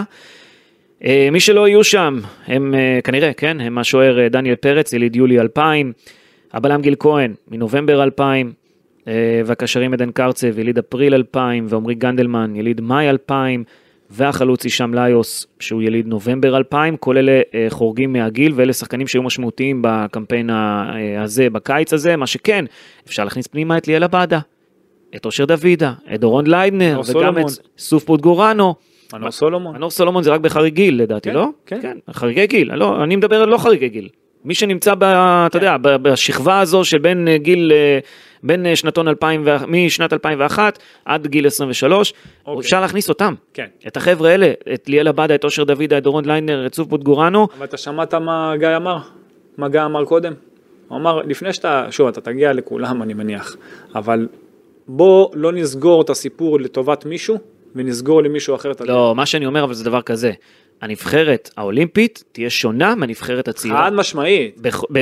Speaker 2: מי שלא יהיו שם, הם כנראה, כן, הם השוער דניאל פרץ, יליד יולי אלפיים, הבלם גיל כהן, מנובמבר אלפיים, והקשרים עדן קרצב, יליד אפריל אלפיים, ועומרי גנדלמן, יליד מאי אלפיים, והחלוץ הישאם ליוס, שהוא יליד נובמבר אלפיים, כל אלה חורגים מהגיל, ואלה שחקנים שהיו משמעותיים בקמפיין הזה, בקיץ הזה, מה שכן, אפשר להכניס פנימה את ליאל עבדה, את אושר דוידה, את דורון ליידנר, וגם את סוף פוטגורנו.
Speaker 3: מנור סולומון.
Speaker 2: מנור סולומון זה רק בחריג גיל, לדעתי, לא?
Speaker 3: כן.
Speaker 2: כן, חריגי גיל, לא, אני מדבר על לא חריגי גיל. מי שנמצא, אתה יודע, בשכבה הזו שבין גיל... בין שנתון אלפיים, משנת אלפיים ואחת עד גיל עשרים ושלוש, okay. אפשר להכניס אותם. כן. את החבר'ה האלה, את ליאל עבדה, את אושר דוידה, את דורון ליינר, את סוף פוטגורנו.
Speaker 3: אבל אתה שמעת מה גיא אמר? מה גיא אמר קודם? הוא אמר, לפני שאתה, שוב, אתה תגיע לכולם, אני מניח, אבל בוא לא נסגור את הסיפור לטובת מישהו, ונסגור למישהו אחר.
Speaker 2: לא, מה שאני אומר, אבל זה דבר כזה. הנבחרת האולימפית תהיה שונה מהנבחרת הצעירה.
Speaker 3: חד משמעית.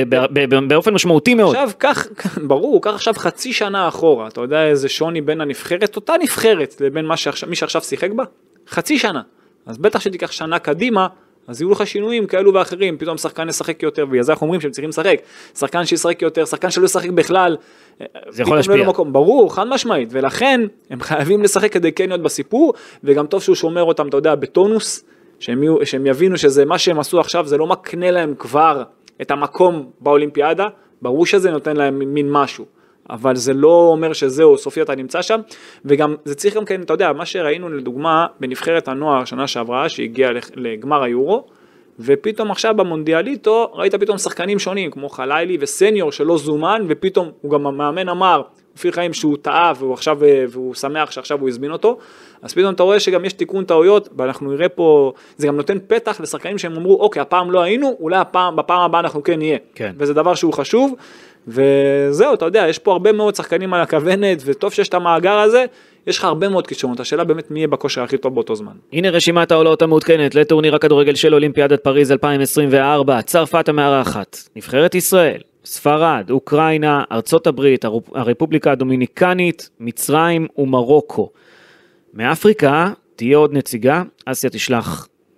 Speaker 2: באופן משמעותי מאוד.
Speaker 3: עכשיו, כך, ברור, כך עכשיו חצי שנה אחורה, אתה יודע איזה שוני בין הנבחרת, אותה נבחרת, לבין מי שעכשיו שיחק בה? חצי שנה. אז בטח שתיקח שנה קדימה, אז יהיו לך שינויים כאלו ואחרים, פתאום שחקן ישחק יותר, ובגלל זה אנחנו אומרים שהם צריכים לשחק. שחקן שישחק יותר, שחקן שלא ישחק בכלל.
Speaker 2: זה יכול להשפיע.
Speaker 3: ברור, חד משמעית, ולכן הם חייבים לשחק כדי כן להיות בסיפור, וגם טוב שהוא שומר אותם, אתה יודע, בטונוס, שהם, יהיו, שהם יבינו שזה מה שהם עשו עכשיו, זה לא מקנה להם כבר את המקום באולימפיאדה, ברור שזה נותן להם מין משהו, אבל זה לא אומר שזהו, סופי אתה נמצא שם, וגם זה צריך גם כן, אתה יודע, מה שראינו לדוגמה בנבחרת הנוער שנה שעברה, שהגיעה לגמר היורו, ופתאום עכשיו במונדיאליטו, ראית פתאום שחקנים שונים, כמו חלילי וסניור שלא זומן, ופתאום הוא גם המאמן אמר, אופיר חיים שהוא טעה, והוא עכשיו, והוא שמח שעכשיו הוא הזמין אותו, אז פתאום אתה רואה שגם יש תיקון טעויות, ואנחנו נראה פה, זה גם נותן פתח לשחקנים שהם אמרו, אוקיי, הפעם לא היינו, אולי הפעם, בפעם הבאה אנחנו כן נהיה.
Speaker 2: כן.
Speaker 3: וזה דבר שהוא חשוב, וזהו, אתה יודע, יש פה הרבה מאוד שחקנים על הכוונת, וטוב שיש את המאגר הזה, יש לך הרבה מאוד קישונות, השאלה באמת מי יהיה בכושר הכי טוב באותו זמן.
Speaker 2: הנה רשימת העולות המעודכנת לטורניר הכדורגל של אולימפיאדת פריז אלפיים עשרים וארבע, צרפת המארחת, נבחרת ישראל, ספרד, אוקראינה, ארצות הברית, הרפובליקה הדומיניקנית, מצרים ומרוקו. מאפריקה תהיה עוד נציגה, אסיה תשלח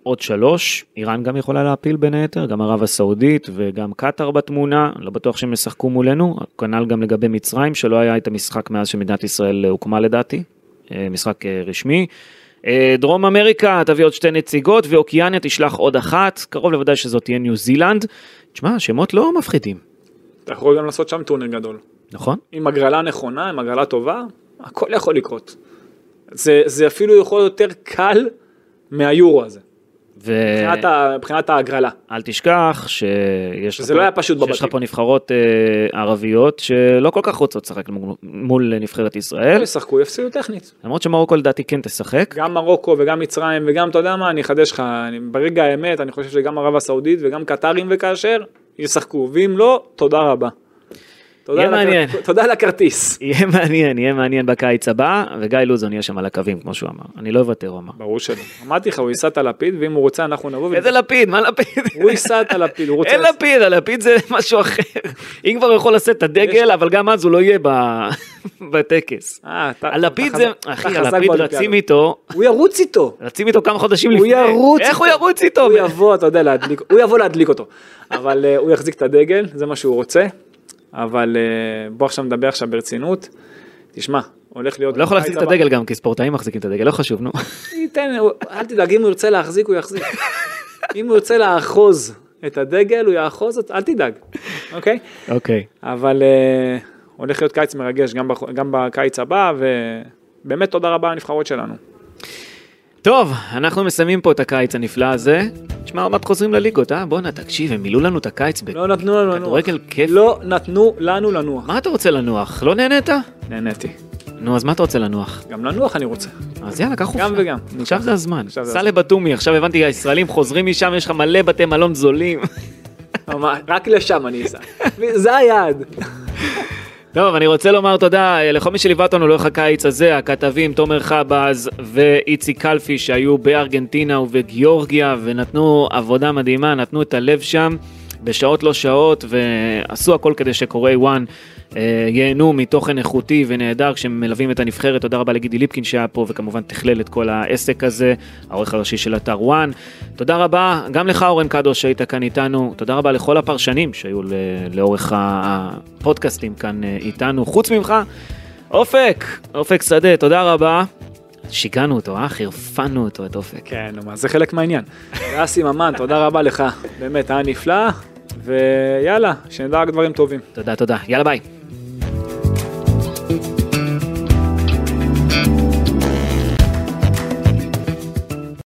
Speaker 2: עוד שלוש, איראן גם יכולה להפיל בין היתר, גם ערב הסעודית וגם קטר בתמונה, לא בטוח שהם ישחקו מולנו, כנ"ל גם לגבי מצרים, שלא היה את המשחק מאז שמדינת ישראל הוקמה לדעתי, משחק רשמי. דרום אמריקה תביא עוד שתי נציגות, ואוקיאניה תשלח עוד אחת, קרוב לוודאי שזאת תהיה ניו זילנד. תשמע, השמות לא מפחידים.
Speaker 3: אתה יכול גם לעשות שם טורניר גדול.
Speaker 2: נכון.
Speaker 3: עם הגרלה נכונה, עם הגרלה טובה, הכל יכול לקרות. זה, זה אפילו יכול יותר קל מהיורו הזה.
Speaker 2: ו...
Speaker 3: מבחינת, ה, מבחינת ההגרלה.
Speaker 2: אל תשכח שיש
Speaker 3: זה לא היה פשוט בבתים.
Speaker 2: שיש לך פה נבחרות אה, ערביות שלא כל כך רוצות לשחק מול, מול נבחרת ישראל.
Speaker 3: ישחקו, יפסידו טכנית.
Speaker 2: למרות שמרוקו לדעתי כן תשחק.
Speaker 3: גם מרוקו וגם מצרים וגם, אתה יודע מה, אני אחדש לך, אני, ברגע האמת, אני חושב שגם ערב הסעודית וגם קטרים וכאשר ישחקו, ואם לא, תודה רבה.
Speaker 2: יהיה מעניין.
Speaker 3: תודה על הכרטיס.
Speaker 2: יהיה מעניין, יהיה מעניין בקיץ הבא, וגיא לוזון יהיה שם על הקווים, כמו שהוא אמר. אני לא אוותר, הוא אמר.
Speaker 3: ברור שלא. אמרתי לך, הוא ייסע את הלפיד, ואם הוא רוצה, אנחנו נבוא.
Speaker 2: איזה לפיד? מה לפיד?
Speaker 3: הוא ייסע את הלפיד, הוא רוצה...
Speaker 2: אין לפיד, הלפיד זה משהו אחר. אם כבר יכול לשאת את הדגל, אבל גם אז הוא לא יהיה בטקס. הלפיד זה... אחי, הלפיד רצים איתו...
Speaker 3: הוא ירוץ איתו.
Speaker 2: רצים איתו כמה חודשים לפני.
Speaker 3: הוא ירוץ
Speaker 2: איך הוא ירוץ איתו?
Speaker 3: הוא יבוא, אתה יודע, להדליק... הוא יבוא להדליק אותו. אבל הוא יחזיק את הדגל, זה מה שהוא רוצה. אבל בוא עכשיו נדבר עכשיו ברצינות, תשמע, הולך להיות...
Speaker 2: הוא לא יכול להחזיק את הדגל גם, כי ספורטאים מחזיקים את הדגל, לא חשוב, נו.
Speaker 3: ייתן, אל תדאג, אם הוא ירצה להחזיק, הוא יחזיק. אם הוא ירצה לאחוז את הדגל, הוא יאחוז, אל תדאג, אוקיי?
Speaker 2: אוקיי.
Speaker 3: אבל הולך להיות קיץ מרגש גם בקיץ הבא, ובאמת תודה רבה לנבחרות שלנו.
Speaker 2: טוב, אנחנו מסיימים פה את הקיץ הנפלא הזה. תשמע, עוד מעט חוזרים לליגות, אה? בוא נה, תקשיב, הם מילאו לנו את הקיץ בכדורגל
Speaker 3: לא נתנו לנו לנוח.
Speaker 2: כיף.
Speaker 3: לא נתנו לנו לנוח.
Speaker 2: מה אתה רוצה לנוח? לא נהנית?
Speaker 3: נהניתי.
Speaker 2: נו, אז מה אתה רוצה לנוח?
Speaker 3: גם לנוח אני רוצה.
Speaker 2: אז יאללה, קח חופשה.
Speaker 3: גם וגם.
Speaker 2: עכשיו זה הזמן. סע לבטומי, עכשיו הבנתי, הישראלים חוזרים משם, יש לך מלא בתי מלון זולים.
Speaker 3: רק לשם אני אסע. זה היעד.
Speaker 2: טוב, אני רוצה לומר תודה לכל מי שליווה אותנו לאורך הקיץ הזה, הכתבים תומר חבז ואיצי קלפי שהיו בארגנטינה ובגיאורגיה ונתנו עבודה מדהימה, נתנו את הלב שם בשעות לא שעות ועשו הכל כדי שקוראי וואן ייהנו מתוכן איכותי ונהדר כשמלווים את הנבחרת. תודה רבה לגידי ליפקין שהיה פה וכמובן תכלל את כל העסק הזה, העורך הראשי של אתר וואן. תודה רבה גם לך אורן קדוש שהיית כאן איתנו, תודה רבה לכל הפרשנים שהיו לאורך הפודקאסטים כאן איתנו, חוץ ממך אופק, אופק שדה, תודה רבה. שיגענו אותו, אה? חרפנו אותו את אופק.
Speaker 3: כן, זה חלק מהעניין. אסי ממן, תודה רבה לך, באמת היה נפלא, ויאללה, שנדע רק דברים טובים.
Speaker 2: תודה, תודה. יאללה ביי.